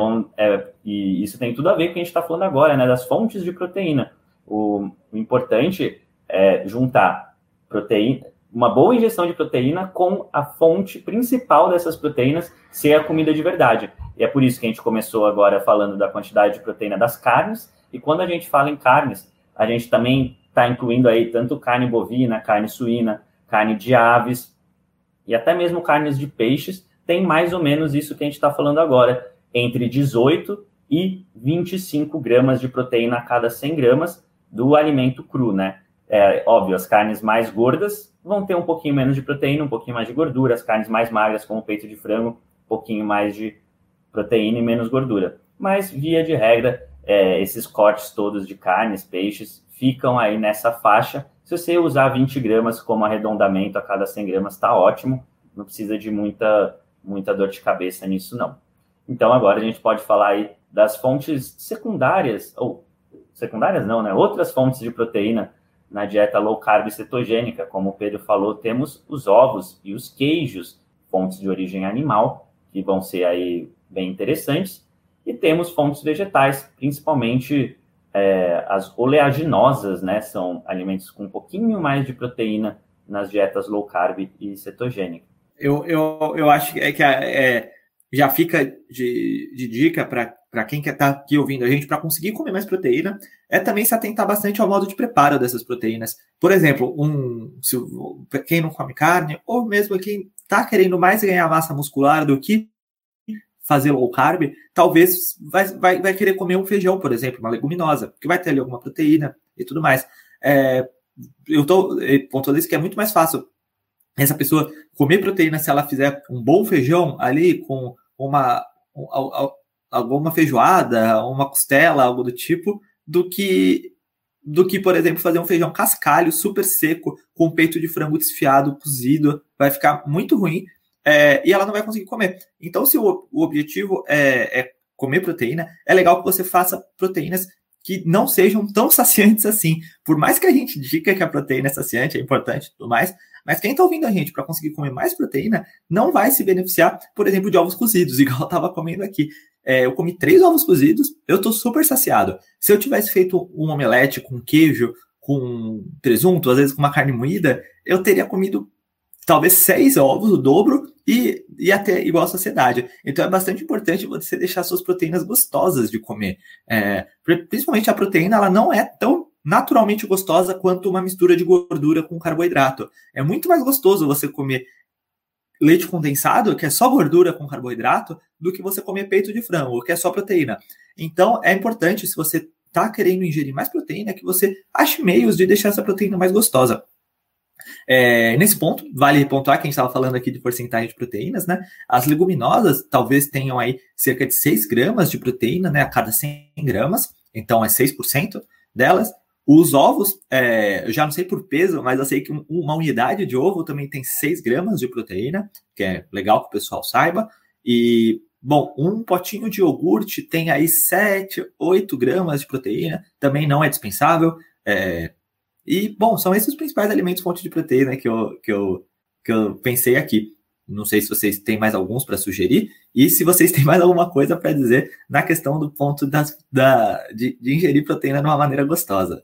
e isso tem tudo a ver com o que a gente está falando agora, né? Das fontes de proteína. O importante é juntar proteína, uma boa ingestão de proteína com a fonte principal dessas proteínas ser a comida de verdade. E é por isso que a gente começou agora falando da quantidade de proteína das carnes. E quando a gente fala em carnes, a gente também está incluindo aí tanto carne bovina, carne suína, carne de aves e até mesmo carnes de peixes. Tem mais ou menos isso que a gente está falando agora, entre 18 e 25 gramas de proteína a cada 100 gramas do alimento cru, né? Óbvio, as carnes mais gordas vão ter um pouquinho menos de proteína, um pouquinho mais de gordura, as carnes mais magras, como o peito de frango, um pouquinho mais de proteína e menos gordura. Mas, via de regra, esses cortes todos de carnes, peixes, ficam aí nessa faixa. Se você usar 20 gramas como arredondamento a cada 100 gramas, está ótimo, não precisa de muita dor de cabeça nisso, não. Então, agora a gente pode falar aí das fontes secundárias, ou secundárias não, né? Outras fontes de proteína na dieta low carb cetogênica. Como o Pedro falou, temos os ovos e os queijos, fontes de origem animal, que vão ser aí bem interessantes. E temos fontes vegetais, principalmente as oleaginosas, né? São alimentos com um pouquinho mais de proteína nas dietas low carb e cetogênica. Eu acho que já fica de dica para quem quer estar aqui ouvindo a gente, para conseguir comer mais proteína, também se atentar bastante ao modo de preparo dessas proteínas. Por exemplo, quem não come carne, ou mesmo quem está querendo mais ganhar massa muscular do que fazer low carb, talvez vai querer comer um feijão, por exemplo, uma leguminosa, que vai ter ali alguma proteína e tudo mais. Eu estou pontuando isso que é muito mais fácil essa pessoa comer proteína se ela fizer um bom feijão ali com alguma feijoada, uma costela, algo do tipo, do que, por exemplo, fazer um feijão cascalho, super seco, com peito de frango desfiado, cozido, vai ficar muito ruim, e ela não vai conseguir comer. Então, se o objetivo é comer proteína, é legal que você faça proteínas que não sejam tão saciantes assim. Por mais que a gente diga que a proteína é saciante, é importante e tudo mais, mas quem está ouvindo a gente para conseguir comer mais proteína não vai se beneficiar, por exemplo, de ovos cozidos, igual eu estava comendo aqui. Eu comi 3 ovos cozidos, eu estou super saciado. Se eu tivesse feito um omelete com queijo, com presunto, às vezes com uma carne moída, eu teria comido talvez 6 ovos, o dobro, e até igual a saciedade. Então é bastante importante você deixar suas proteínas gostosas de comer. Principalmente a proteína, ela não é tão naturalmente gostosa quanto uma mistura de gordura com carboidrato. É muito mais gostoso você comer leite condensado, que é só gordura com carboidrato, do que você comer peito de frango, que é só proteína. Então, é importante, se você está querendo ingerir mais proteína, que você ache meios de deixar essa proteína mais gostosa. Nesse ponto, vale pontuar que a gente estava falando aqui de porcentagem de proteínas, né? As leguminosas talvez tenham aí cerca de 6 gramas de proteína, né, a cada 100 gramas, então é 6% delas. Os ovos, eu já não sei por peso, mas eu sei que uma unidade de ovo também tem 6 gramas de proteína, que é legal que o pessoal saiba. E, bom, um potinho de iogurte tem aí 7, 8 gramas de proteína, também não é dispensável. E, bom, são esses os principais alimentos fonte de proteína que eu pensei aqui. Não sei se vocês têm mais alguns para sugerir e se vocês têm mais alguma coisa para dizer na questão do ponto de ingerir proteína de uma maneira gostosa.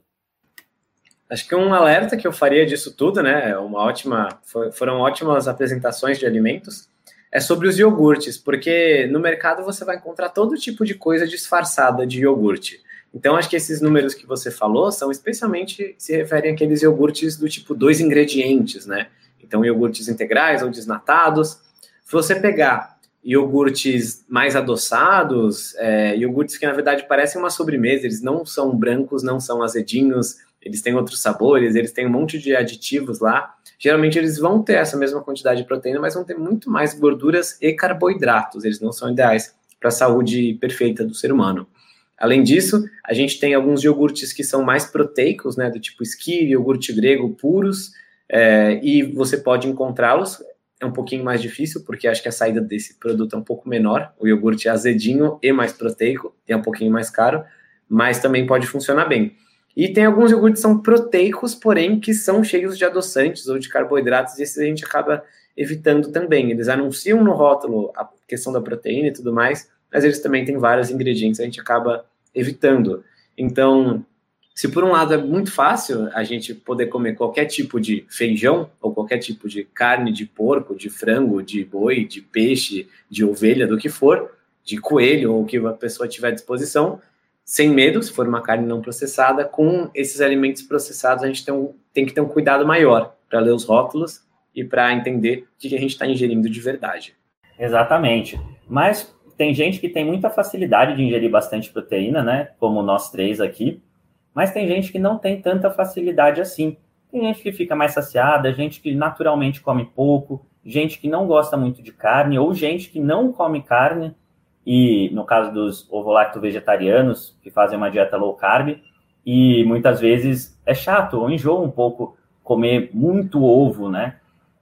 Acho que um alerta que eu faria disso tudo, né, foram ótimas apresentações de alimentos, é sobre os iogurtes, porque no mercado você vai encontrar todo tipo de coisa disfarçada de iogurte. Então, acho que esses números que você falou são especialmente, se referem àqueles iogurtes do tipo 2 ingredientes, né? Então, iogurtes integrais ou desnatados. Se você pegar iogurtes mais adoçados, iogurtes que, na verdade, parecem uma sobremesa, eles não são brancos, não são azedinhos, eles têm outros sabores, eles têm um monte de aditivos lá. Geralmente, eles vão ter essa mesma quantidade de proteína, mas vão ter muito mais gorduras e carboidratos. Eles não são ideais para a saúde perfeita do ser humano. Além disso, a gente tem alguns iogurtes que são mais proteicos, né, do tipo skyr, iogurte grego puros, e você pode encontrá-los. É um pouquinho mais difícil, porque acho que a saída desse produto é um pouco menor. O iogurte é azedinho e mais proteico, é um pouquinho mais caro, mas também pode funcionar bem. E tem alguns iogurtes que são proteicos, porém que são cheios de adoçantes ou de carboidratos, e esses a gente acaba evitando também. Eles anunciam no rótulo a questão da proteína e tudo mais, mas eles também têm vários ingredientes, a gente acaba evitando. Então, se por um lado é muito fácil a gente poder comer qualquer tipo de feijão, ou qualquer tipo de carne de porco, de frango, de boi, de peixe, de ovelha, do que for, de coelho, ou o que a pessoa tiver à disposição, sem medo, se for uma carne não processada, com esses alimentos processados a gente tem que ter um cuidado maior para ler os rótulos e para entender o que a gente está ingerindo de verdade. Exatamente. Mas tem gente que tem muita facilidade de ingerir bastante proteína, né? Como nós três aqui. Mas tem gente que não tem tanta facilidade assim. Tem gente que fica mais saciada, gente que naturalmente come pouco, gente que não gosta muito de carne, ou gente que não come carne, e no caso dos ovo-lacto-vegetarianos, que fazem uma dieta low carb, e muitas vezes é chato ou enjoa um pouco comer muito ovo, né?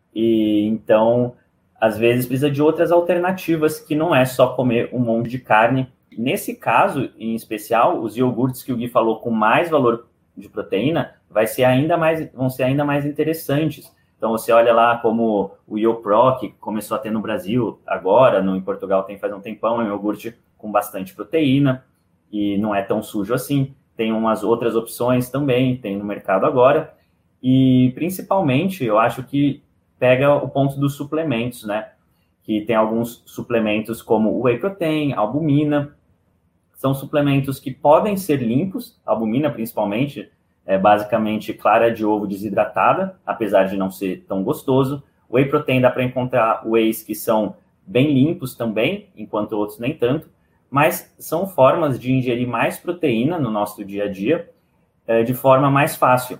E então, às vezes precisa de outras alternativas, que não é só comer um monte de carne. Nesse caso, em especial, os iogurtes que o Gui falou com mais valor de proteína vão ser ainda mais interessantes. Então, você olha lá como o YoPro, que começou a ter no Brasil agora, em Portugal faz um tempão, é um iogurte com bastante proteína e não é tão sujo assim. Tem umas outras opções também, tem no mercado agora. E, principalmente, eu acho que pega o ponto dos suplementos, né? Que tem alguns suplementos como o Whey Protein, albumina. São suplementos que podem ser limpos, albumina principalmente, basicamente clara de ovo desidratada, apesar de não ser tão gostoso. Whey Protein dá para encontrar wheys que são bem limpos também, enquanto outros nem tanto, mas são formas de ingerir mais proteína no nosso dia a dia de forma mais fácil.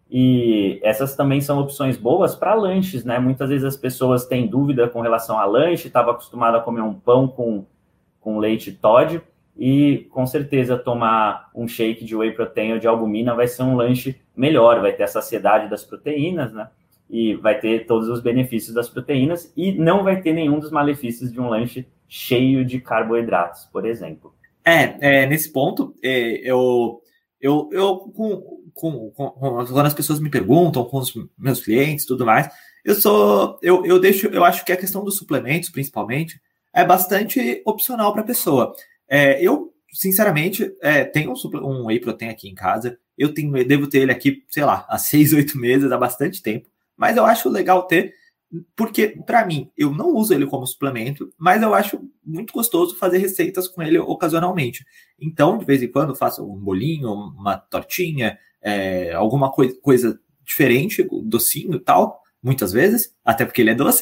E essas também são opções boas para lanches, né? Muitas vezes as pessoas têm dúvida com relação a lanche, estava acostumado a comer um pão com leite Toddy, e com certeza tomar um shake de whey protein ou de albumina vai ser um lanche melhor, vai ter a saciedade das proteínas, né? E vai ter todos os benefícios das proteínas e não vai ter nenhum dos malefícios de um lanche cheio de carboidratos, por exemplo. Nesse ponto, quando as pessoas me perguntam, com os meus clientes e tudo mais, eu acho que a questão dos suplementos, principalmente, é bastante opcional para a pessoa. Eu, sinceramente, tenho um whey protein aqui em casa. Eu devo ter ele aqui, sei lá, há 6, 8 meses, há bastante tempo. Mas eu acho legal ter, porque, para mim, eu não uso ele como suplemento, mas eu acho muito gostoso fazer receitas com ele ocasionalmente. Então, de vez em quando, faço um bolinho, uma tortinha, alguma coisa diferente, docinho e tal, muitas vezes, até porque ele é doce.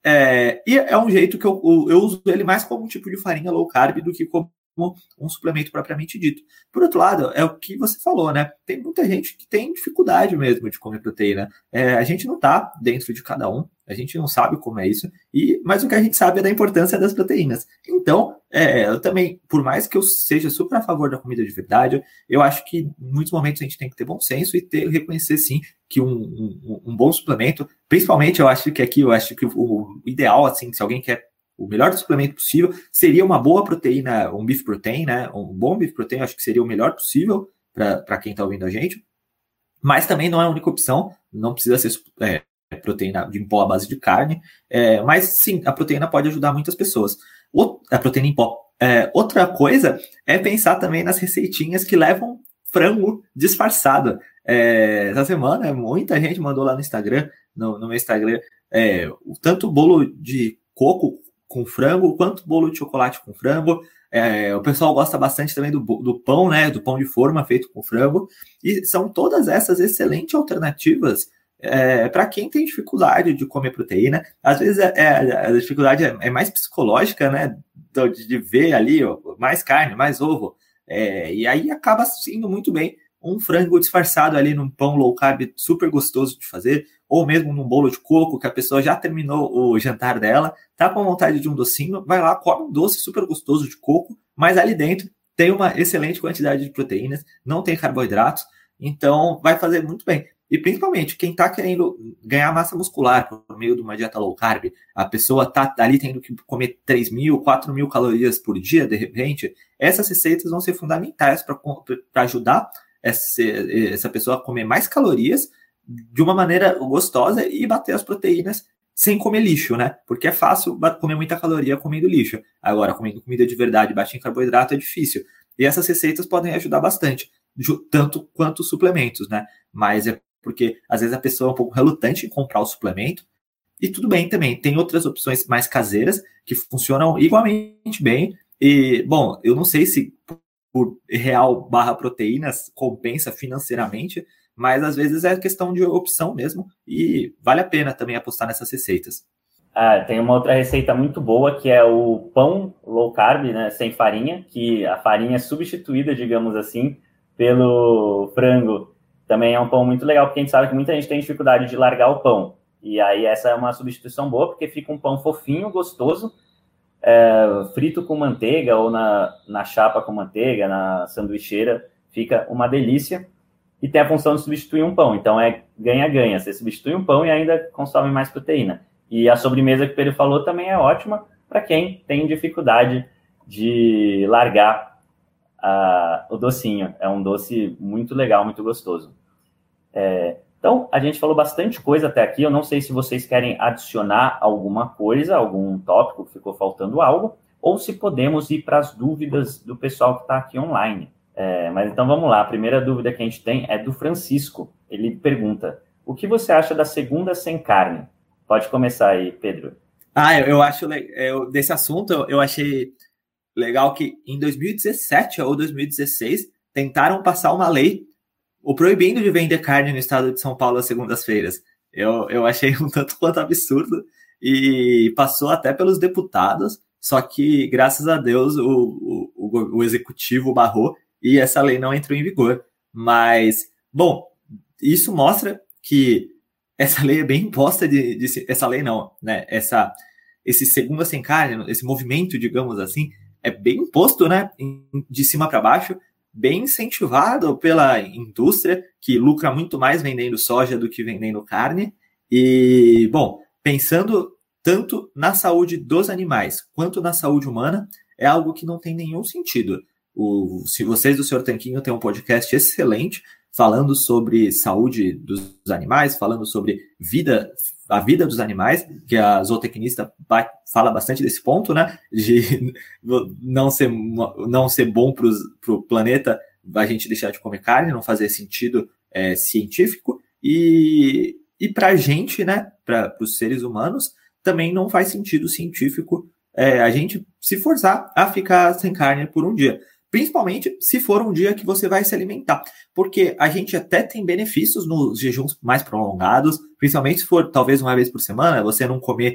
E é um jeito que eu uso ele mais como um tipo de farinha low carb do que como um suplemento propriamente dito. Por outro lado, é o que você falou, né? Tem muita gente que tem dificuldade mesmo de comer proteína. A gente não tá dentro de cada um, a gente não sabe como é isso, mas o que a gente sabe é da importância das proteínas. Então, eu também, por mais que eu seja super a favor da comida de verdade, eu acho que em muitos momentos a gente tem que ter bom senso e reconhecer, sim, que um bom suplemento, principalmente eu acho que o ideal, assim, se alguém quer o melhor suplemento possível, seria uma boa proteína, um beef protein, né? Um bom beef protein, acho que seria o melhor possível para quem está ouvindo a gente. Mas também não é a única opção, não precisa ser proteína em pó à base de carne. Mas sim, a proteína pode ajudar muitas pessoas. A proteína em pó. Outra coisa é pensar também nas receitinhas que levam frango disfarçado. Essa semana, muita gente mandou lá no Instagram, no meu Instagram, tanto bolo de coco com frango, quanto bolo de chocolate com frango. O pessoal gosta bastante também do pão, né? Do pão de forma feito com frango. E são todas essas excelentes alternativas para quem tem dificuldade de comer proteína. Às vezes a dificuldade é mais psicológica, né? De ver ali, ó, mais carne, mais ovo. E aí acaba indo muito bem um frango disfarçado ali num pão low carb super gostoso de fazer, ou mesmo num bolo de coco, que a pessoa já terminou o jantar dela, tá com vontade de um docinho, vai lá, come um doce super gostoso de coco, mas ali dentro tem uma excelente quantidade de proteínas, não tem carboidratos, então vai fazer muito bem. E principalmente, quem está querendo ganhar massa muscular por meio de uma dieta low carb, a pessoa está ali tendo que comer 3.000, 4.000 calorias por dia, de repente, essas receitas vão ser fundamentais para ajudar essa pessoa a comer mais calorias de uma maneira gostosa e bater as proteínas sem comer lixo, né? Porque é fácil comer muita caloria comendo lixo. Agora, comendo comida de verdade baixa em carboidrato é difícil. E essas receitas podem ajudar bastante, tanto quanto os suplementos, né? Mas é porque, às vezes, a pessoa é um pouco relutante em comprar o suplemento. E tudo bem também. Tem outras opções mais caseiras que funcionam igualmente bem. E, bom, eu não sei se por real / proteínas compensa financeiramente, mas às vezes é questão de opção mesmo e vale a pena também apostar nessas receitas. Tem uma outra receita muito boa que é o pão low carb, né, sem farinha, que a farinha é substituída, digamos assim, pelo frango. Também é um pão muito legal, porque a gente sabe que muita gente tem dificuldade de largar o pão. E aí essa é uma substituição boa, porque fica um pão fofinho, gostoso, frito com manteiga ou na chapa com manteiga, na sanduicheira, fica uma delícia. E tem a função de substituir um pão, então é ganha-ganha. Você substitui um pão e ainda consome mais proteína. E a sobremesa que o Pedro falou também é ótima para quem tem dificuldade de largar o docinho. É um doce muito legal, muito gostoso. Então, a gente falou bastante coisa até aqui. Eu não sei se vocês querem adicionar alguma coisa, algum tópico que ficou faltando algo, ou se podemos ir para as dúvidas do pessoal que está aqui online. Mas então vamos lá. A primeira dúvida que a gente tem é do Francisco. Ele pergunta: o que você acha da segunda sem carne? Pode começar aí, Pedro. Eu acho desse assunto, eu achei legal que em 2017 ou 2016 tentaram passar uma lei proibindo de vender carne no estado de São Paulo às segundas-feiras. Eu achei um tanto quanto absurdo e passou até pelos deputados, só que, graças a Deus, o executivo barrou e essa lei não entrou em vigor. Mas, bom, isso mostra que essa lei é bem imposta essa lei não, né? Esse segunda sem carne, esse movimento, digamos assim, é bem imposto, né? De cima para baixo, bem incentivado pela indústria, que lucra muito mais vendendo soja do que vendendo carne. E, bom, pensando tanto na saúde dos animais quanto na saúde humana, é algo que não tem nenhum sentido. Se vocês do Sr. Tanquinho têm um podcast excelente falando sobre saúde dos animais, falando sobre a vida dos animais, que a zootecnista fala bastante desse ponto, né? De não ser bom para o planeta a gente deixar de comer carne, não fazer sentido científico. E para a gente, né? Para os seres humanos, também não faz sentido científico a gente se forçar a ficar sem carne por um dia. Principalmente se for um dia que você vai se alimentar. Porque a gente até tem benefícios nos jejuns mais prolongados, principalmente se for talvez uma vez por semana, você não comer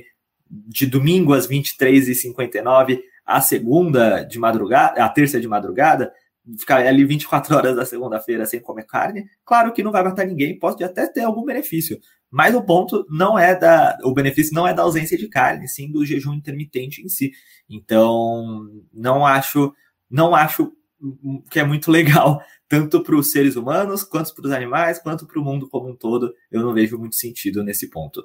de domingo às 23h59, a segunda de madrugada, a terça de madrugada, ficar ali 24 horas da segunda-feira sem comer carne, claro que não vai matar ninguém, pode até ter algum benefício, mas o ponto o benefício não é da ausência de carne, sim do jejum intermitente em si. Então, não acho que é muito legal, tanto para os seres humanos, quanto para os animais, quanto para o mundo como um todo. Eu não vejo muito sentido nesse ponto.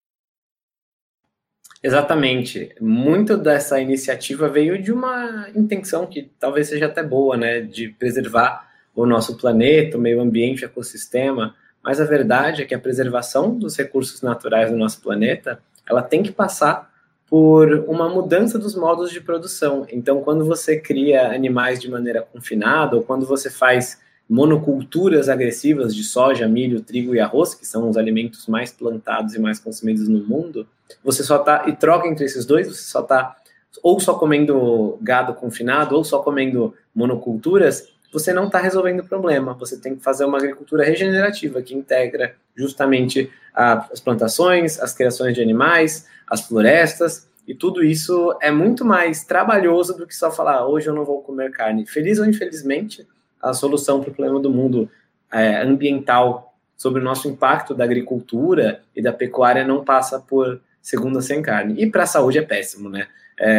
Exatamente. Muito dessa iniciativa veio de uma intenção que talvez seja até boa, né, de preservar o nosso planeta, o meio ambiente, o ecossistema, mas a verdade é que a preservação dos recursos naturais do nosso planeta, ela tem que passar por uma mudança dos modos de produção. Então, quando você cria animais de maneira confinada, ou quando você faz monoculturas agressivas de soja, milho, trigo e arroz, que são os alimentos mais plantados e mais consumidos no mundo, você só está, e troca entre esses dois, você só está ou só comendo gado confinado, ou só comendo monoculturas, você não está resolvendo o problema. Você tem que fazer uma agricultura regenerativa, que integra justamente as plantações, as criações de animais, as florestas, e tudo isso é muito mais trabalhoso do que só falar, hoje eu não vou comer carne. Feliz ou infelizmente, a solução para o problema do mundo ambiental sobre o nosso impacto da agricultura e da pecuária não passa por segunda sem carne. E para a saúde é péssimo, né?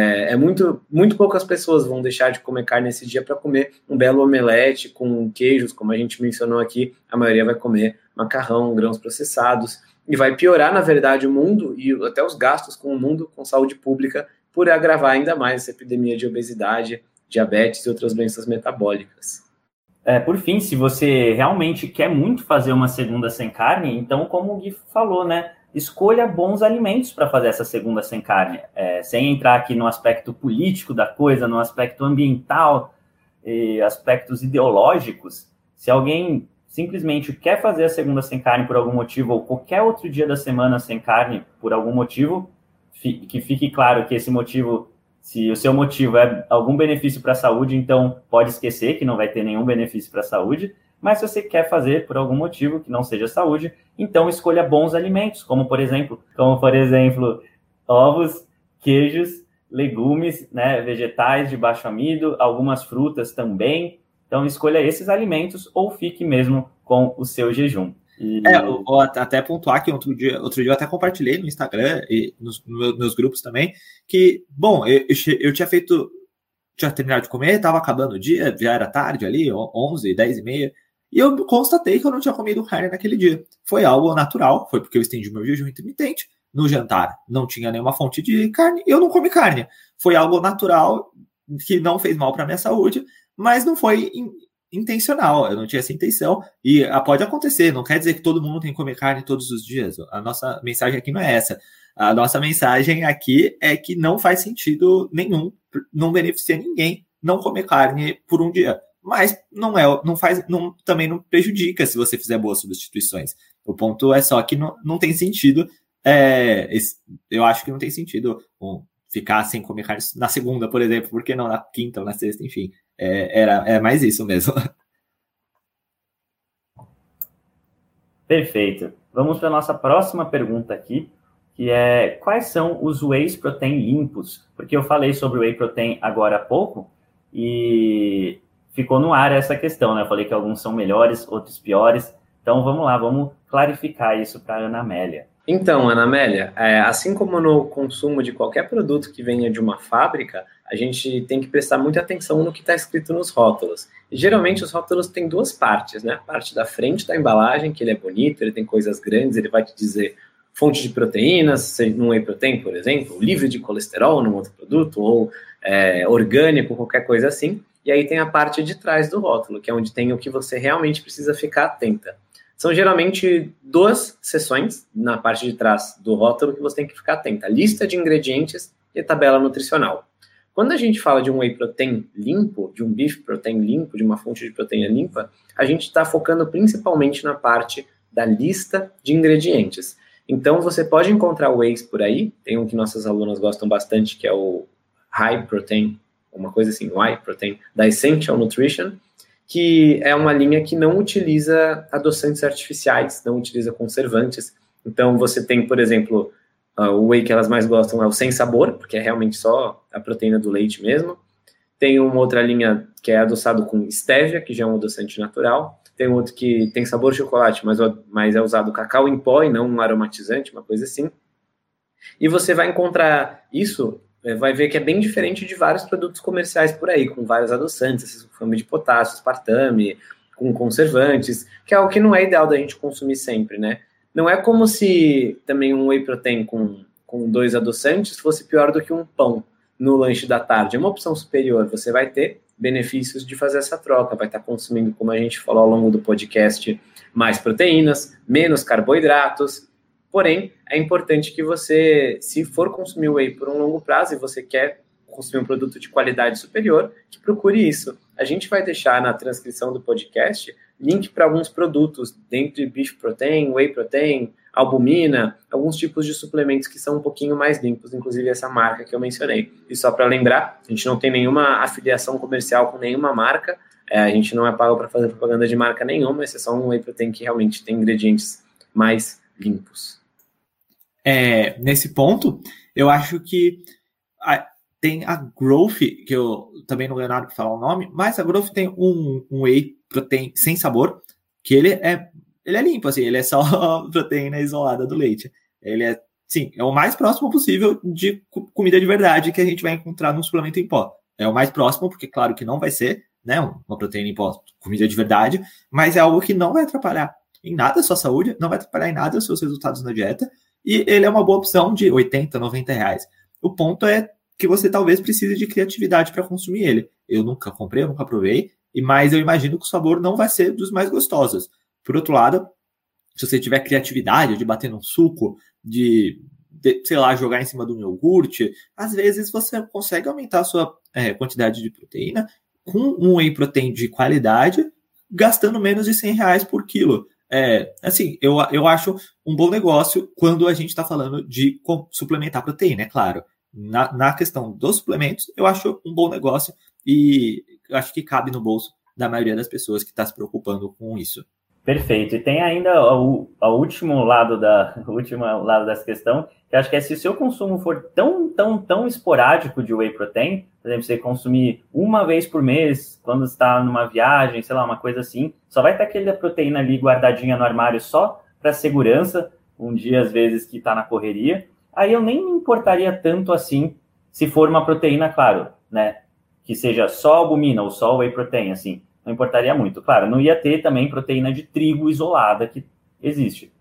Muito poucas pessoas vão deixar de comer carne esse dia para comer um belo omelete com queijos, como a gente mencionou aqui, a maioria vai comer macarrão, grãos processados, e vai piorar, na verdade, o mundo e até os gastos com o mundo, com saúde pública, por agravar ainda mais essa epidemia de obesidade, diabetes e outras doenças metabólicas. Por fim, se você realmente quer muito fazer uma segunda sem carne, então, como o Gui falou, né, escolha bons alimentos para fazer essa segunda sem carne, sem entrar aqui no aspecto político da coisa, no aspecto ambiental e aspectos ideológicos. Se alguém simplesmente quer fazer a segunda sem carne por algum motivo, ou qualquer outro dia da semana sem carne por algum motivo, que fique claro que esse motivo, se o seu motivo é algum benefício para a saúde, então pode esquecer que não vai ter nenhum benefício para a saúde. Mas se você quer fazer por algum motivo que não seja saúde, então escolha bons alimentos, como por exemplo, ovos, queijos, legumes, né, vegetais de baixo amido, algumas frutas também. Então escolha esses alimentos ou fique mesmo com o seu jejum. Eu vou até pontuar que outro dia eu até compartilhei no Instagram e nos meus grupos também, que, bom, eu tinha terminado de comer, estava acabando o dia, já era tarde ali, 11, 10h30, e eu constatei que eu não tinha comido carne naquele dia. Foi algo natural, foi porque eu estendi meu jejum intermitente. No jantar não tinha nenhuma fonte de carne, eu não comi carne. Foi algo natural, que não fez mal para a minha saúde, mas não foi intencional, eu não tinha essa intenção, e pode acontecer, não quer dizer que todo mundo tem que comer carne todos os dias. A nossa mensagem aqui não é essa. A nossa mensagem aqui é que não faz sentido nenhum, não beneficia ninguém não comer carne por um dia. Mas também não prejudica se você fizer boas substituições. O ponto é só que não tem sentido. Eu acho que não tem sentido ficar sem comer carne na segunda, por exemplo, porque não na quinta ou na sexta, enfim. É mais isso mesmo. Perfeito. Vamos para a nossa próxima pergunta aqui, que é: quais são os whey protein limpos? Porque eu falei sobre o whey protein agora há pouco e ficou no ar essa questão, né? Eu falei que alguns são melhores, outros piores. Então vamos lá, vamos clarificar isso para a Ana Amélia. Então, Ana Amélia, assim como no consumo de qualquer produto que venha de uma fábrica, a gente tem que prestar muita atenção no que está escrito nos rótulos. E, geralmente, os rótulos têm duas partes, né? A parte da frente da embalagem, que ele é bonito, ele tem coisas grandes, ele vai te dizer fonte de proteínas, num whey protein, por exemplo, livre de colesterol num outro produto, ou orgânico, qualquer coisa assim. E aí tem a parte de trás do rótulo, que é onde tem o que você realmente precisa ficar atenta. São geralmente 2 seções na parte de trás do rótulo que você tem que ficar atenta. A lista de ingredientes e a tabela nutricional. Quando a gente fala de um whey protein limpo, de um beef protein limpo, de uma fonte de proteína limpa, a gente está focando principalmente na parte da lista de ingredientes. Então, você pode encontrar wheys por aí. Tem um que nossas alunas gostam bastante, que é o High Protein, uma coisa assim, Whey Protein, da Essential Nutrition, que é uma linha que não utiliza adoçantes artificiais, não utiliza conservantes. Então, você tem, por exemplo, o whey que elas mais gostam é o sem sabor, porque é realmente só a proteína do leite mesmo. Tem uma outra linha que é adoçado com stevia, que já é um adoçante natural. Tem outro que tem sabor chocolate, mas é usado cacau em pó e não um aromatizante, uma coisa assim. E você vai encontrar isso, vai ver que é bem diferente de vários produtos comerciais por aí, com vários adoçantes, sulfame de potássio, aspartame, com conservantes, que é algo que não é ideal da gente consumir sempre, né? Não é como se também um whey protein com 2 adoçantes fosse pior do que um pão no lanche da tarde. É uma opção superior, você vai ter benefícios de fazer essa troca, vai estar consumindo, como a gente falou ao longo do podcast, mais proteínas, menos carboidratos. Porém, é importante que você, se for consumir whey por um longo prazo e você quer consumir um produto de qualidade superior, que procure isso. A gente vai deixar na transcrição do podcast link para alguns produtos, dentre beef protein, whey protein, albumina, alguns tipos de suplementos que são um pouquinho mais limpos, inclusive essa marca que eu mencionei. E só para lembrar, a gente não tem nenhuma afiliação comercial com nenhuma marca, a gente não é pago para fazer propaganda de marca nenhuma, esse é só um whey protein que realmente tem ingredientes mais limpos. Nesse ponto, eu acho que tem a Growth, que eu também não ganho nada para falar o nome, mas a Growth tem um whey protein sem sabor, que ele é limpo, assim, ele é só proteína isolada do leite. Ele é, sim, é o mais próximo possível de comida de verdade que a gente vai encontrar num suplemento em pó. É o mais próximo, porque claro que não vai ser, né, uma proteína em pó, comida de verdade, mas é algo que não vai atrapalhar em nada a sua saúde, não vai atrapalhar em nada os seus resultados na dieta, e ele é uma boa opção de 80, 90 reais. O ponto é que você talvez precise de criatividade para consumir ele. Eu nunca comprei, eu nunca provei, mas eu imagino que o sabor não vai ser dos mais gostosos. Por outro lado, se você tiver criatividade de bater num suco, de sei lá, jogar em cima do iogurte, às vezes você consegue aumentar a sua quantidade de proteína com um whey protein de qualidade, gastando menos de 100 reais por quilo. Assim, eu acho um bom negócio quando a gente está falando de suplementar proteína, é claro. Na questão dos suplementos, eu acho um bom negócio e eu acho que cabe no bolso da maioria das pessoas que está se preocupando com isso. Perfeito. E tem ainda o último lado dessa questão, que eu acho que é se o seu consumo for tão esporádico de whey protein, por exemplo, você consumir uma vez por mês, quando está numa viagem, sei lá, uma coisa assim, só vai ter aquela proteína ali guardadinha no armário só para segurança, um dia às vezes que está na correria, aí eu nem me importaria tanto assim, se for uma proteína, claro, né, que seja só albumina ou só whey protein, assim, não importaria muito. Claro, não ia ter também proteína de trigo isolada, que existe,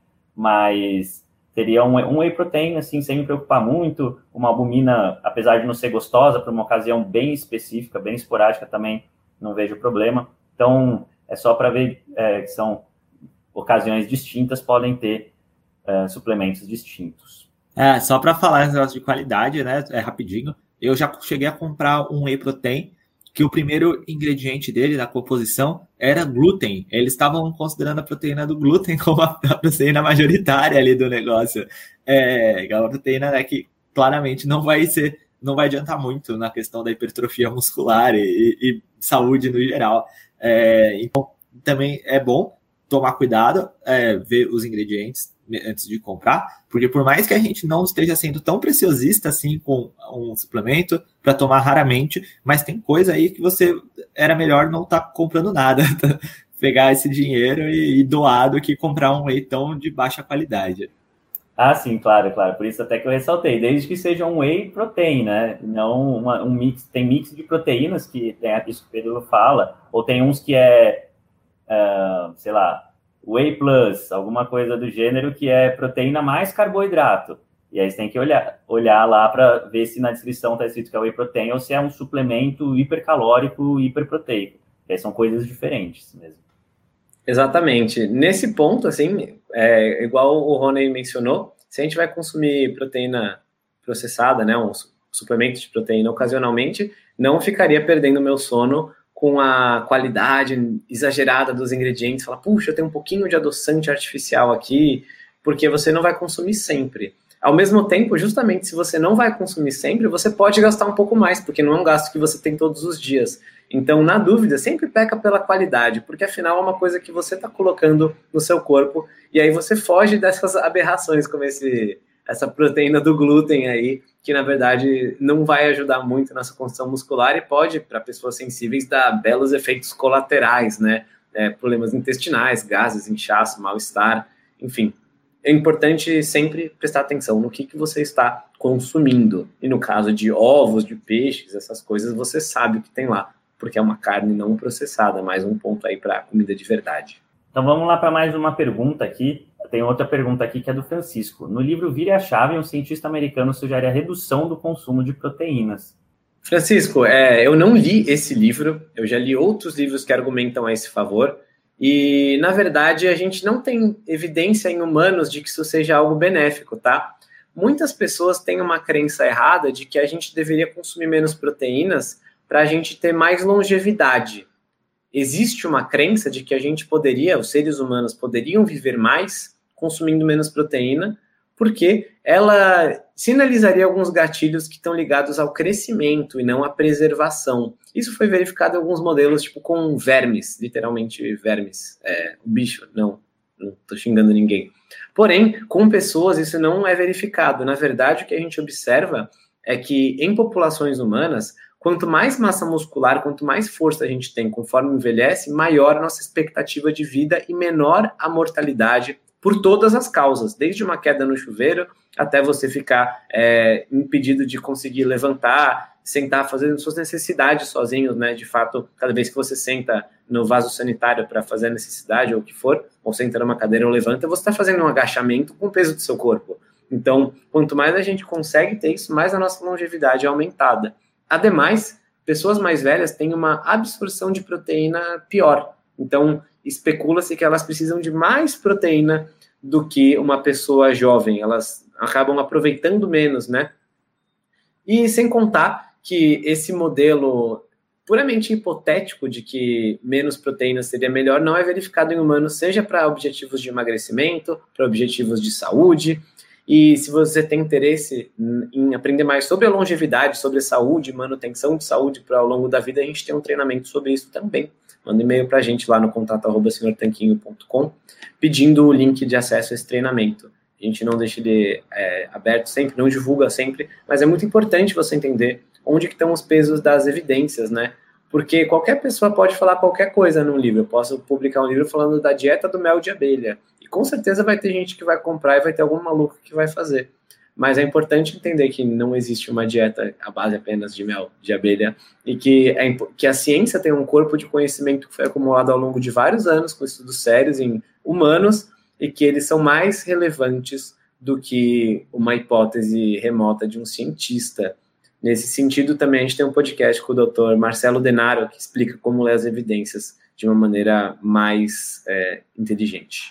mas teria um whey protein, assim, sem me preocupar muito, uma albumina, apesar de não ser gostosa, para uma ocasião bem específica, bem esporádica também, não vejo problema. Então, é só para ver que são ocasiões distintas, podem ter suplementos distintos. Só para falar esse negócio de qualidade, né, rapidinho, eu já cheguei a comprar um whey protein que o primeiro ingrediente dele na composição era glúten. Eles estavam considerando a proteína do glúten como a proteína majoritária ali do negócio. É uma proteína, né, que claramente não vai adiantar muito na questão da hipertrofia muscular e saúde no geral. Então, também é bom tomar cuidado, ver os ingredientes antes de comprar, porque por mais que a gente não esteja sendo tão preciosista assim com um suplemento para tomar raramente, mas tem coisa aí que você era melhor não estar comprando nada, pegar esse dinheiro e doar do que comprar um whey tão de baixa qualidade. Ah, sim, claro. Por isso até que eu ressaltei, desde que seja um whey protein, né? Não um mix. Tem mix de proteínas que tem isso que o Pedro fala, ou tem uns que sei lá, Whey Plus, alguma coisa do gênero, que é proteína mais carboidrato. E aí você tem que olhar lá para ver se na descrição está escrito que é Whey Protein ou se é um suplemento hipercalórico, hiperproteico. E aí são coisas diferentes mesmo. Exatamente. Nesse ponto, assim, igual o Rony mencionou, se a gente vai consumir proteína processada, né, um suplemento de proteína ocasionalmente, não ficaria perdendo meu sono com a qualidade exagerada dos ingredientes, fala, puxa, eu tenho um pouquinho de adoçante artificial aqui, porque você não vai consumir sempre. Ao mesmo tempo, justamente se você não vai consumir sempre, você pode gastar um pouco mais, porque não é um gasto que você tem todos os dias. Então, na dúvida, sempre peca pela qualidade, porque afinal é uma coisa que você está colocando no seu corpo, e aí você foge dessas aberrações, como esse essa proteína do glúten aí, que na verdade não vai ajudar muito nessa construção muscular e pode, para pessoas sensíveis, dar belos efeitos colaterais, né? Problemas intestinais, gases, inchaço, mal-estar, enfim. É importante sempre prestar atenção no que você está consumindo. E no caso de ovos, de peixes, essas coisas, você sabe o que tem lá, porque é uma carne não processada. Mais um ponto aí para comida de verdade. Então vamos lá para mais uma pergunta aqui. Tem outra pergunta aqui que é do Francisco. No livro Vire a Chave, um cientista americano sugere a redução do consumo de proteínas. Francisco, eu não li esse livro, eu já li outros livros que argumentam a esse favor, e, na verdade, a gente não tem evidência em humanos de que isso seja algo benéfico, tá? Muitas pessoas têm uma crença errada de que a gente deveria consumir menos proteínas para a gente ter mais longevidade. Existe uma crença de que a gente poderia, os seres humanos poderiam viver mais consumindo menos proteína, porque ela sinalizaria alguns gatilhos que estão ligados ao crescimento e não à preservação. Isso foi verificado em alguns modelos, tipo com vermes, literalmente vermes. O bicho, não estou xingando ninguém. Porém, com pessoas isso não é verificado. Na verdade, o que a gente observa é que em populações humanas, quanto mais massa muscular, quanto mais força a gente tem conforme envelhece, maior a nossa expectativa de vida e menor a mortalidade por todas as causas, desde uma queda no chuveiro até você ficar impedido de conseguir levantar, sentar, fazendo suas necessidades sozinhos, né? De fato, cada vez que você senta no vaso sanitário para fazer a necessidade ou o que for, ou senta numa cadeira ou levanta, você está fazendo um agachamento com o peso do seu corpo. Então, quanto mais a gente consegue ter isso, mais a nossa longevidade é aumentada. Ademais, pessoas mais velhas têm uma absorção de proteína pior. Então, especula-se que elas precisam de mais proteína do que uma pessoa jovem. Elas acabam aproveitando menos, né? E sem contar que esse modelo puramente hipotético de que menos proteína seria melhor não é verificado em humanos, seja para objetivos de emagrecimento, para objetivos de saúde. E se você tem interesse em aprender mais sobre a longevidade, sobre a saúde, manutenção de saúde ao longo da vida, a gente tem um treinamento sobre isso também. Manda e-mail para a gente lá no contato@senhortanquinho.com pedindo o link de acesso a esse treinamento. A gente não deixa ele aberto sempre, não divulga sempre, mas é muito importante você entender onde que estão os pesos das evidências, né? Porque qualquer pessoa pode falar qualquer coisa num livro. Eu posso publicar um livro falando da dieta do mel de abelha. E com certeza vai ter gente que vai comprar e vai ter algum maluco que vai fazer. Mas é importante entender que não existe uma dieta à base apenas de mel de abelha e que a ciência tem um corpo de conhecimento que foi acumulado ao longo de vários anos com estudos sérios em humanos e que eles são mais relevantes do que uma hipótese remota de um cientista. Nesse sentido, também a gente tem um podcast com o Dr. Marcelo Denaro, que explica como ler as evidências de uma maneira mais inteligente.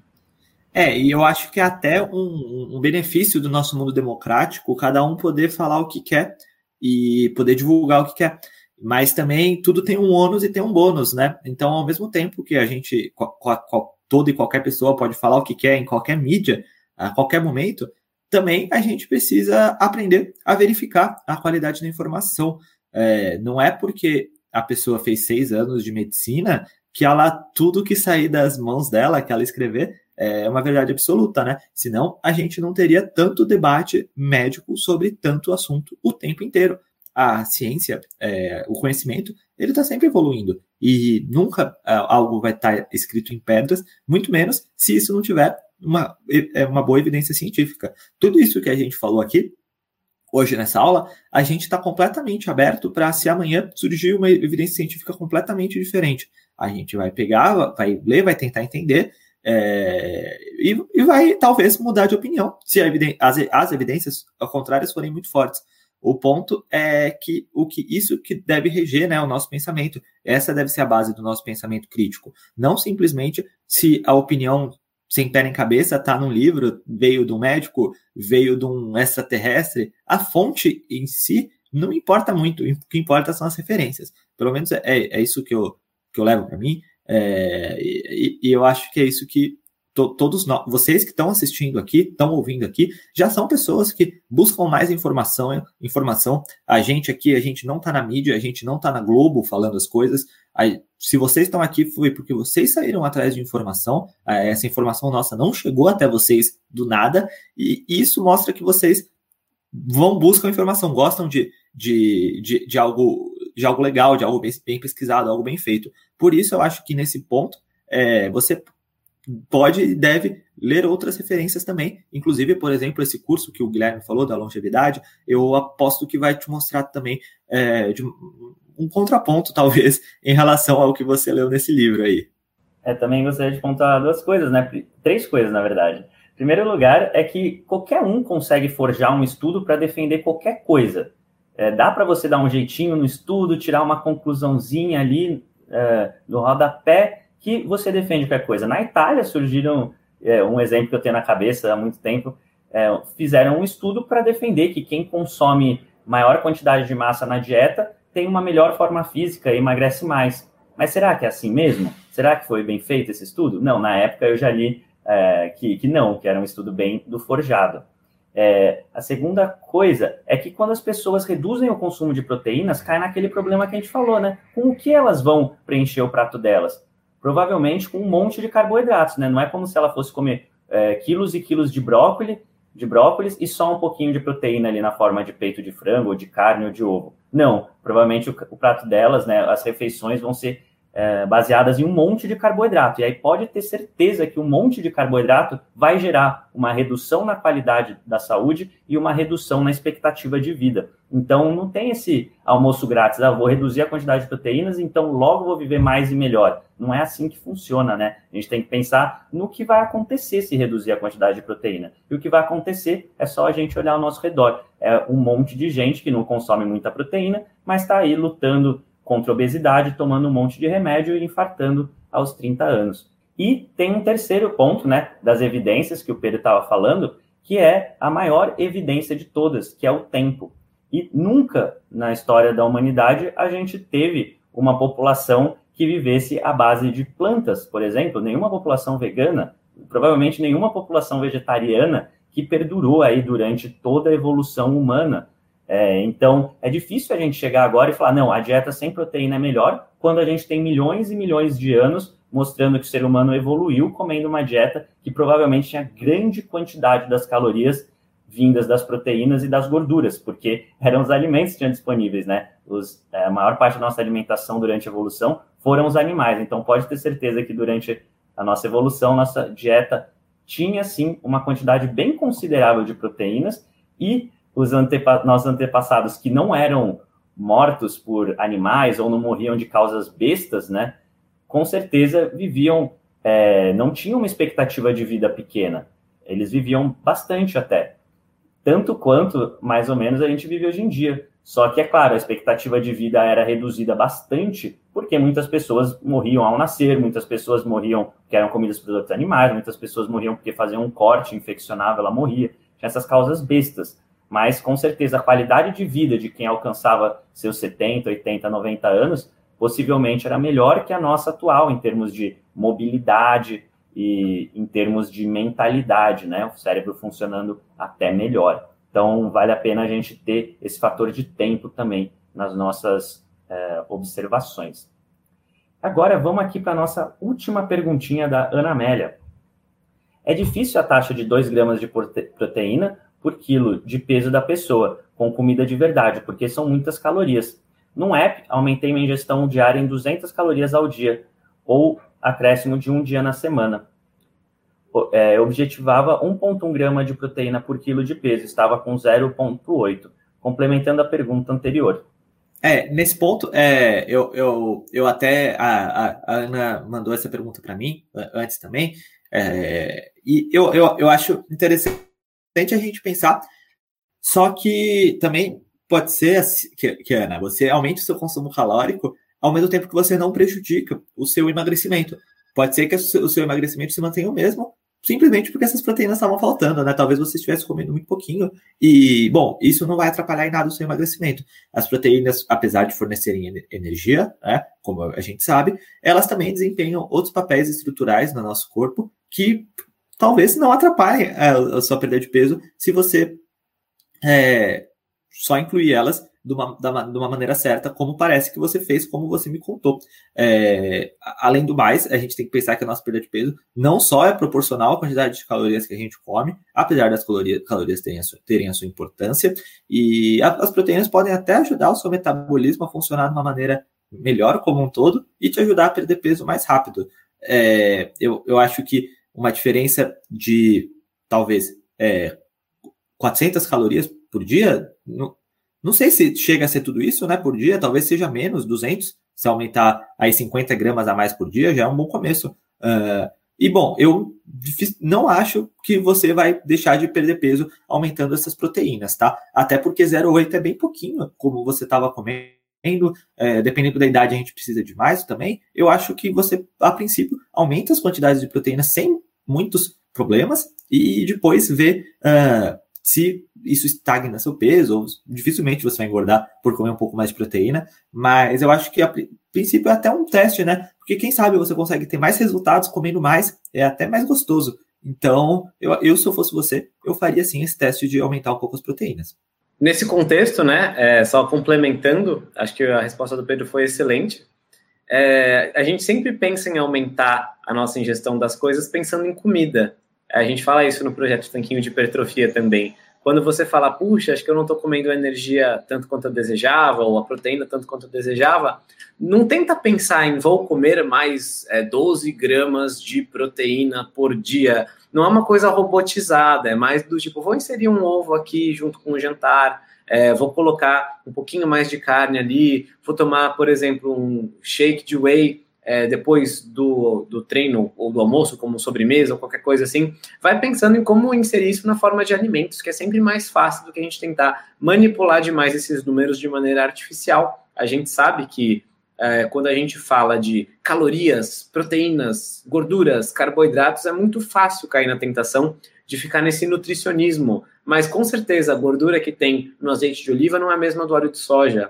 E eu acho que é até um benefício do nosso mundo democrático, cada um poder falar o que quer e poder divulgar o que quer. Mas também tudo tem um ônus e tem um bônus, né? Então, ao mesmo tempo que a gente, toda e qualquer pessoa pode falar o que quer em qualquer mídia, a qualquer momento, também a gente precisa aprender a verificar a qualidade da informação. Não é porque a pessoa fez 6 anos de medicina que tudo que sair das mãos dela, que ela escrever, é uma verdade absoluta, né? Senão a gente não teria tanto debate médico sobre tanto assunto o tempo inteiro. A ciência, o conhecimento, ele está sempre evoluindo. E nunca algo vai estar escrito em pedras, muito menos se isso não tiver uma boa evidência científica. Tudo isso que a gente falou aqui, hoje nessa aula, a gente está completamente aberto para, se amanhã surgir uma evidência científica completamente diferente, a gente vai pegar, vai ler, vai tentar entender, e vai talvez mudar de opinião, se as evidências ao contrário forem muito fortes. O ponto é que isso que deve reger, né, o nosso pensamento. Essa deve ser a base do nosso pensamento crítico. Não simplesmente se a opinião sem pé nem cabeça está num livro, veio de um médico, veio de um extraterrestre. A fonte em si não importa muito. O que importa são as referências. Pelo menos é isso que eu levo para mim. E eu acho que é isso que todos nós, vocês que estão assistindo aqui, estão ouvindo aqui, já são pessoas que buscam mais informação. A gente aqui, a gente não está na mídia, a gente não está na Globo falando as coisas. Se vocês estão aqui, foi porque vocês saíram atrás de informação, essa informação nossa não chegou até vocês do nada, e isso mostra que vocês buscam informação, gostam de algo legal, de algo bem pesquisado, algo bem feito. Por isso, eu acho que nesse ponto, você pode e deve ler outras referências também, inclusive, por exemplo, esse curso que o Guilherme falou da longevidade, eu aposto que vai te mostrar também de um contraponto, talvez, em relação ao que você leu nesse livro aí. Também gostaria de pontuar 2 coisas, né? 3 coisas, na verdade. Em primeiro lugar, é que qualquer um consegue forjar um estudo para defender qualquer coisa. Dá para você dar um jeitinho no estudo, tirar uma conclusãozinha ali no rodapé, que você defende qualquer coisa. Na Itália surgiram, um exemplo que eu tenho na cabeça há muito tempo, fizeram um estudo para defender que quem consome maior quantidade de massa na dieta tem uma melhor forma física e emagrece mais. Mas será que é assim mesmo? Será que foi bem feito esse estudo? Não, na época eu já li que não, que era um estudo bem do forjado. A segunda coisa é que quando as pessoas reduzem o consumo de proteínas, cai naquele problema que a gente falou, né? Com o que elas vão preencher o prato delas? Provavelmente com um monte de carboidratos, né? Não é como se ela fosse comer quilos e quilos de brócolis e só um pouquinho de proteína ali na forma de peito de frango, ou de carne, ou de ovo. Não, provavelmente o prato delas, né, as refeições vão ser baseadas em um monte de carboidrato. E aí pode ter certeza que um monte de carboidrato vai gerar uma redução na qualidade da saúde e uma redução na expectativa de vida. Então, não tem esse almoço grátis, vou reduzir a quantidade de proteínas, então logo vou viver mais e melhor. Não é assim que funciona, né? A gente tem que pensar no que vai acontecer se reduzir a quantidade de proteína. E o que vai acontecer é só a gente olhar ao nosso redor. É um monte de gente que não consome muita proteína, mas está aí lutando contra a obesidade, tomando um monte de remédio e infartando aos 30 anos. E tem um terceiro ponto, né, das evidências que o Pedro estava falando, que é a maior evidência de todas, que é o tempo. E nunca na história da humanidade a gente teve uma população que vivesse à base de plantas, por exemplo, nenhuma população vegana, provavelmente nenhuma população vegetariana que perdurou aí durante toda a evolução humana. Então, é difícil a gente chegar agora e falar, não, a dieta sem proteína é melhor, quando a gente tem milhões e milhões de anos mostrando que o ser humano evoluiu comendo uma dieta que provavelmente tinha grande quantidade das calorias vindas das proteínas e das gorduras, porque eram os alimentos que tinham disponíveis, né? A maior parte da nossa alimentação durante a evolução foram os animais, então pode ter certeza que durante a nossa evolução, nossa dieta tinha, sim, uma quantidade bem considerável de proteínas e nossos antepassados que não eram mortos por animais ou não morriam de causas bestas, né? Com certeza viviam, não tinham uma expectativa de vida pequena. Eles viviam bastante até. Tanto quanto, mais ou menos, a gente vive hoje em dia. Só que, é claro, a expectativa de vida era reduzida bastante, porque muitas pessoas morriam ao nascer, muitas pessoas morriam porque eram comidas por outros animais, muitas pessoas morriam porque faziam um corte, infeccionava, ela morria. Tinha essas causas bestas. Mas, com certeza, a qualidade de vida de quem alcançava seus 70, 80, 90 anos, possivelmente era melhor que a nossa atual, em termos de mobilidade e em termos de mentalidade, né? O cérebro funcionando até melhor. Então, vale a pena a gente ter esse fator de tempo também nas nossas observações. Agora, vamos aqui para a nossa última perguntinha da Ana Amélia. É difícil a taxa de 2 gramas de proteína por quilo de peso da pessoa, com comida de verdade, porque são muitas calorias. Num app, aumentei minha ingestão diária em 200 calorias ao dia, ou acréscimo de um dia na semana. Eu objetivava 1,1 grama de proteína por quilo de peso, estava com 0,8, complementando a pergunta anterior. Nesse ponto, eu até, a Ana mandou essa pergunta para mim, antes também, e eu acho interessante a gente pensar, só que também pode ser que Ana, você aumente o seu consumo calórico ao mesmo tempo que você não prejudica o seu emagrecimento. Pode ser que o seu emagrecimento se mantenha o mesmo, simplesmente porque essas proteínas estavam faltando, né? Talvez você estivesse comendo muito pouquinho e, bom, isso não vai atrapalhar em nada o seu emagrecimento. As proteínas, apesar de fornecerem energia, né, como a gente sabe, elas também desempenham outros papéis estruturais no nosso corpo que talvez não atrapalhem a sua perda de peso se você só incluir elas de uma maneira certa, como parece que você fez, como você me contou. Além do mais, a gente tem que pensar que a nossa perda de peso não só é proporcional à quantidade de calorias que a gente come, apesar das calorias terem a sua importância, e as proteínas podem até ajudar o seu metabolismo a funcionar de uma maneira melhor como um todo e te ajudar a perder peso mais rápido. Eu acho que uma diferença de, talvez, 400 calorias por dia, não sei se chega a ser tudo isso, né, por dia, talvez seja menos, 200, se aumentar aí 50 gramas a mais por dia, já é um bom começo. E, bom, eu não acho que você vai deixar de perder peso aumentando essas proteínas, tá? Até porque 0,8 é bem pouquinho, como você estava comendo, dependendo da idade a gente precisa de mais também. Eu acho que você, a princípio, aumenta as quantidades de proteínas sem muitos problemas e depois vê se isso estagna seu peso, ou dificilmente você vai engordar por comer um pouco mais de proteína, mas eu acho que a princípio é até um teste, né? Porque quem sabe você consegue ter mais resultados comendo mais, é até mais gostoso. Então, eu se eu fosse você, eu faria sim esse teste de aumentar um pouco as proteínas. Nesse contexto, né, só complementando, acho que a resposta do Pedro foi excelente. A gente sempre pensa em aumentar a nossa ingestão das coisas pensando em comida. A gente fala isso no projeto Tanquinho de Hipertrofia também. Quando você fala, puxa, acho que eu não estou comendo a energia tanto quanto eu desejava, ou a proteína tanto quanto eu desejava, não tenta pensar em vou comer mais 12 gramas de proteína por dia. Não é uma coisa robotizada, é mais do tipo, vou inserir um ovo aqui junto com o jantar, vou colocar um pouquinho mais de carne ali, vou tomar, por exemplo, um shake de whey depois do treino ou do almoço, como sobremesa ou qualquer coisa assim. Vai pensando em como inserir isso na forma de alimentos, que é sempre mais fácil do que a gente tentar manipular demais esses números de maneira artificial. A gente sabe que quando a gente fala de calorias, proteínas, gorduras, carboidratos, é muito fácil cair na tentação de ficar nesse nutricionismo, mas com certeza a gordura que tem no azeite de oliva não é a mesma do óleo de soja,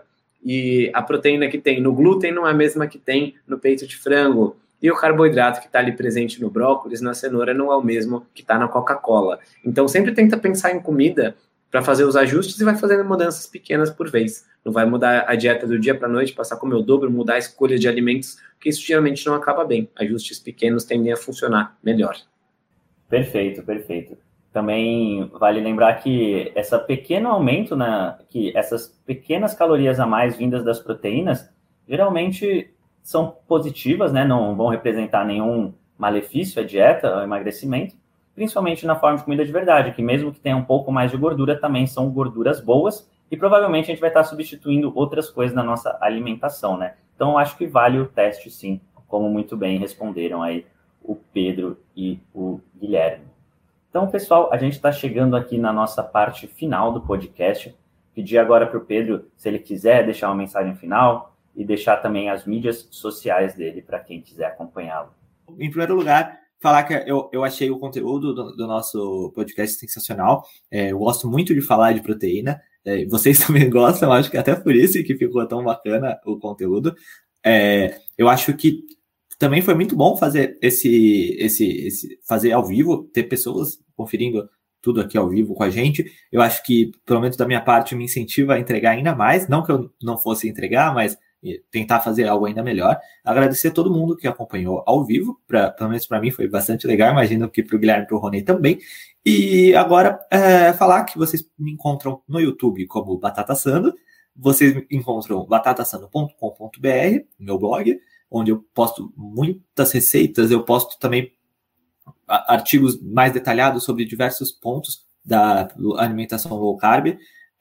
e a proteína que tem no glúten não é a mesma que tem no peito de frango, e o carboidrato que está ali presente no brócolis, na cenoura, não é o mesmo que está na Coca-Cola. Então sempre tenta pensar em comida para fazer os ajustes e vai fazendo mudanças pequenas por vez. Não vai mudar a dieta do dia para a noite, passar a comer o dobro, mudar a escolha de alimentos, porque isso geralmente não acaba bem. Ajustes pequenos tendem a funcionar melhor. Perfeito, perfeito. Também vale lembrar que esse pequeno aumento, que essas pequenas calorias a mais vindas das proteínas, geralmente são positivas, né? Não vão representar nenhum malefício à dieta, ao emagrecimento, principalmente na forma de comida de verdade, que mesmo que tenha um pouco mais de gordura, também são gorduras boas, e provavelmente a gente vai estar substituindo outras coisas na nossa alimentação, né? Então, eu acho que vale o teste, sim, como muito bem responderam aí o Pedro e o Guilherme. Então, pessoal, a gente está chegando aqui na nossa parte final do podcast. Pedir agora para o Pedro, se ele quiser, deixar uma mensagem final e deixar também as mídias sociais dele para quem quiser acompanhá-lo. Em primeiro lugar, falar que eu achei o conteúdo do nosso podcast sensacional. Eu gosto muito de falar de proteína. Vocês também gostam, acho que até por isso que ficou tão bacana o conteúdo. Eu acho que também foi muito bom fazer fazer ao vivo, ter pessoas conferindo tudo aqui ao vivo com a gente. Eu acho que, pelo menos da minha parte, me incentiva a entregar ainda mais. Não que eu não fosse entregar, mas tentar fazer algo ainda melhor. Agradecer a todo mundo que acompanhou ao vivo. Pelo menos para mim foi bastante legal. Imagino que para o Guilherme e para o Rony também. E agora, falar que vocês me encontram no YouTube como Batata Sando. Vocês encontram batatasando.com.br, meu blog, onde eu posto muitas receitas, eu posto também artigos mais detalhados sobre diversos pontos da alimentação low carb.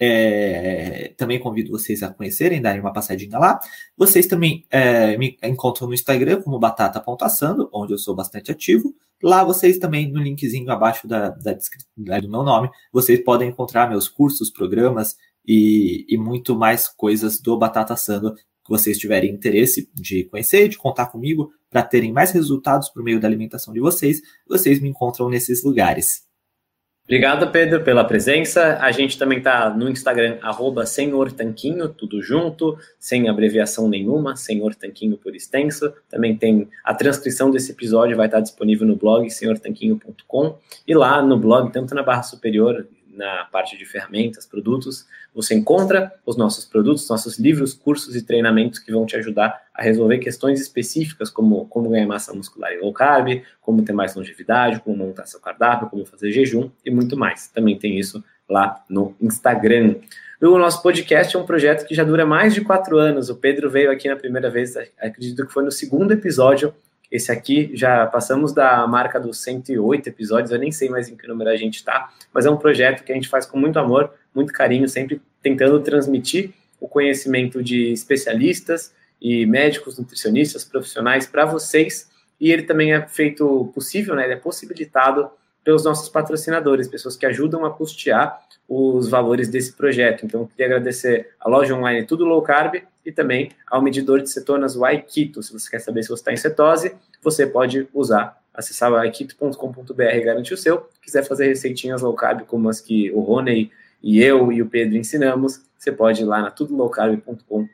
Também convido vocês a conhecerem, darem uma passadinha lá. Vocês também me encontram no Instagram como batata.assando, onde eu sou bastante ativo. Lá vocês também, no linkzinho abaixo do meu nome, vocês podem encontrar meus cursos, programas e muito mais coisas do Batata Assando que vocês tiverem interesse de conhecer, de contar comigo, para terem mais resultados por meio da alimentação de vocês, vocês me encontram nesses lugares. Obrigado, Pedro, pela presença. A gente também está no Instagram, @senhortanquinho, tudo junto, sem abreviação nenhuma, Senhor Tanquinho por extenso. Também tem a transcrição desse episódio, vai estar disponível no blog, senhortanquinho.com. E lá no blog, tanto na barra superior, na parte de ferramentas, produtos, você encontra os nossos produtos, nossos livros, cursos e treinamentos que vão te ajudar a resolver questões específicas, como ganhar massa muscular em low carb, como ter mais longevidade, como montar seu cardápio, como fazer jejum e muito mais. Também tem isso lá no Instagram. O nosso podcast é um projeto que já dura mais de 4 anos. O Pedro veio aqui na primeira vez, acredito que foi no 2º episódio. Esse aqui, já passamos da marca dos 108 episódios, eu nem sei mais em que número a gente está, mas é um projeto que a gente faz com muito amor, muito carinho, sempre tentando transmitir o conhecimento de especialistas e médicos, nutricionistas, profissionais para vocês, e ele também é feito possível, né, ele é possibilitado pelos nossos patrocinadores, pessoas que ajudam a custear os valores desse projeto. Então, eu queria agradecer a loja online Tudo Low Carb e também ao medidor de cetonas Keto. Se você quer saber se você está em cetose, você pode acessar o keto.com.br e garantir o seu. Se quiser fazer receitinhas low carb como as que o Rony e eu e o Pedro ensinamos, você pode ir lá na tudolowcarb.com.br.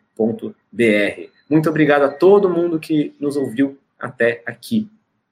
Muito obrigado a todo mundo que nos ouviu até aqui.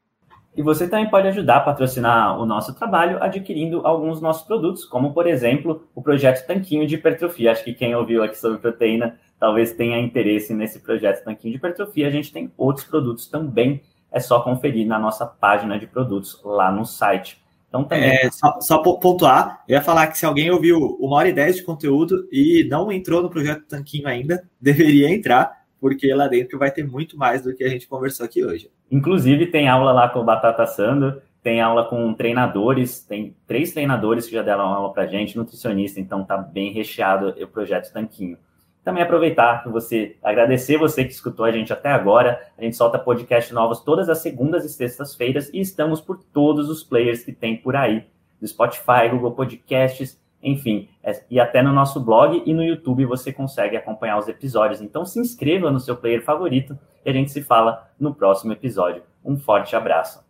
E você também pode ajudar a patrocinar o nosso trabalho adquirindo alguns dos nossos produtos, como, por exemplo, o projeto Tanquinho de Hipertrofia. Acho que quem ouviu aqui sobre proteína talvez tenha interesse nesse projeto Tanquinho de Hipertrofia. A gente tem outros produtos também, é só conferir na nossa página de produtos lá no site. Então, também... Só pontuar, eu ia falar que se alguém ouviu 1h10 de conteúdo e não entrou no projeto Tanquinho ainda, deveria entrar, porque lá dentro vai ter muito mais do que a gente conversou aqui hoje. Inclusive, tem aula lá com o Batata Assando, tem aula com treinadores, tem 3 treinadores que já deram aula pra gente, nutricionista, então tá bem recheado o projeto Tanquinho. Também aproveitar que agradecer você que escutou a gente até agora. A gente solta podcast novos todas as segundas e sextas-feiras e estamos por todos os players que tem por aí, do Spotify, Google Podcasts, enfim, e até no nosso blog e no YouTube você consegue acompanhar os episódios. Então se inscreva no seu player favorito e a gente se fala no próximo episódio. Um forte abraço.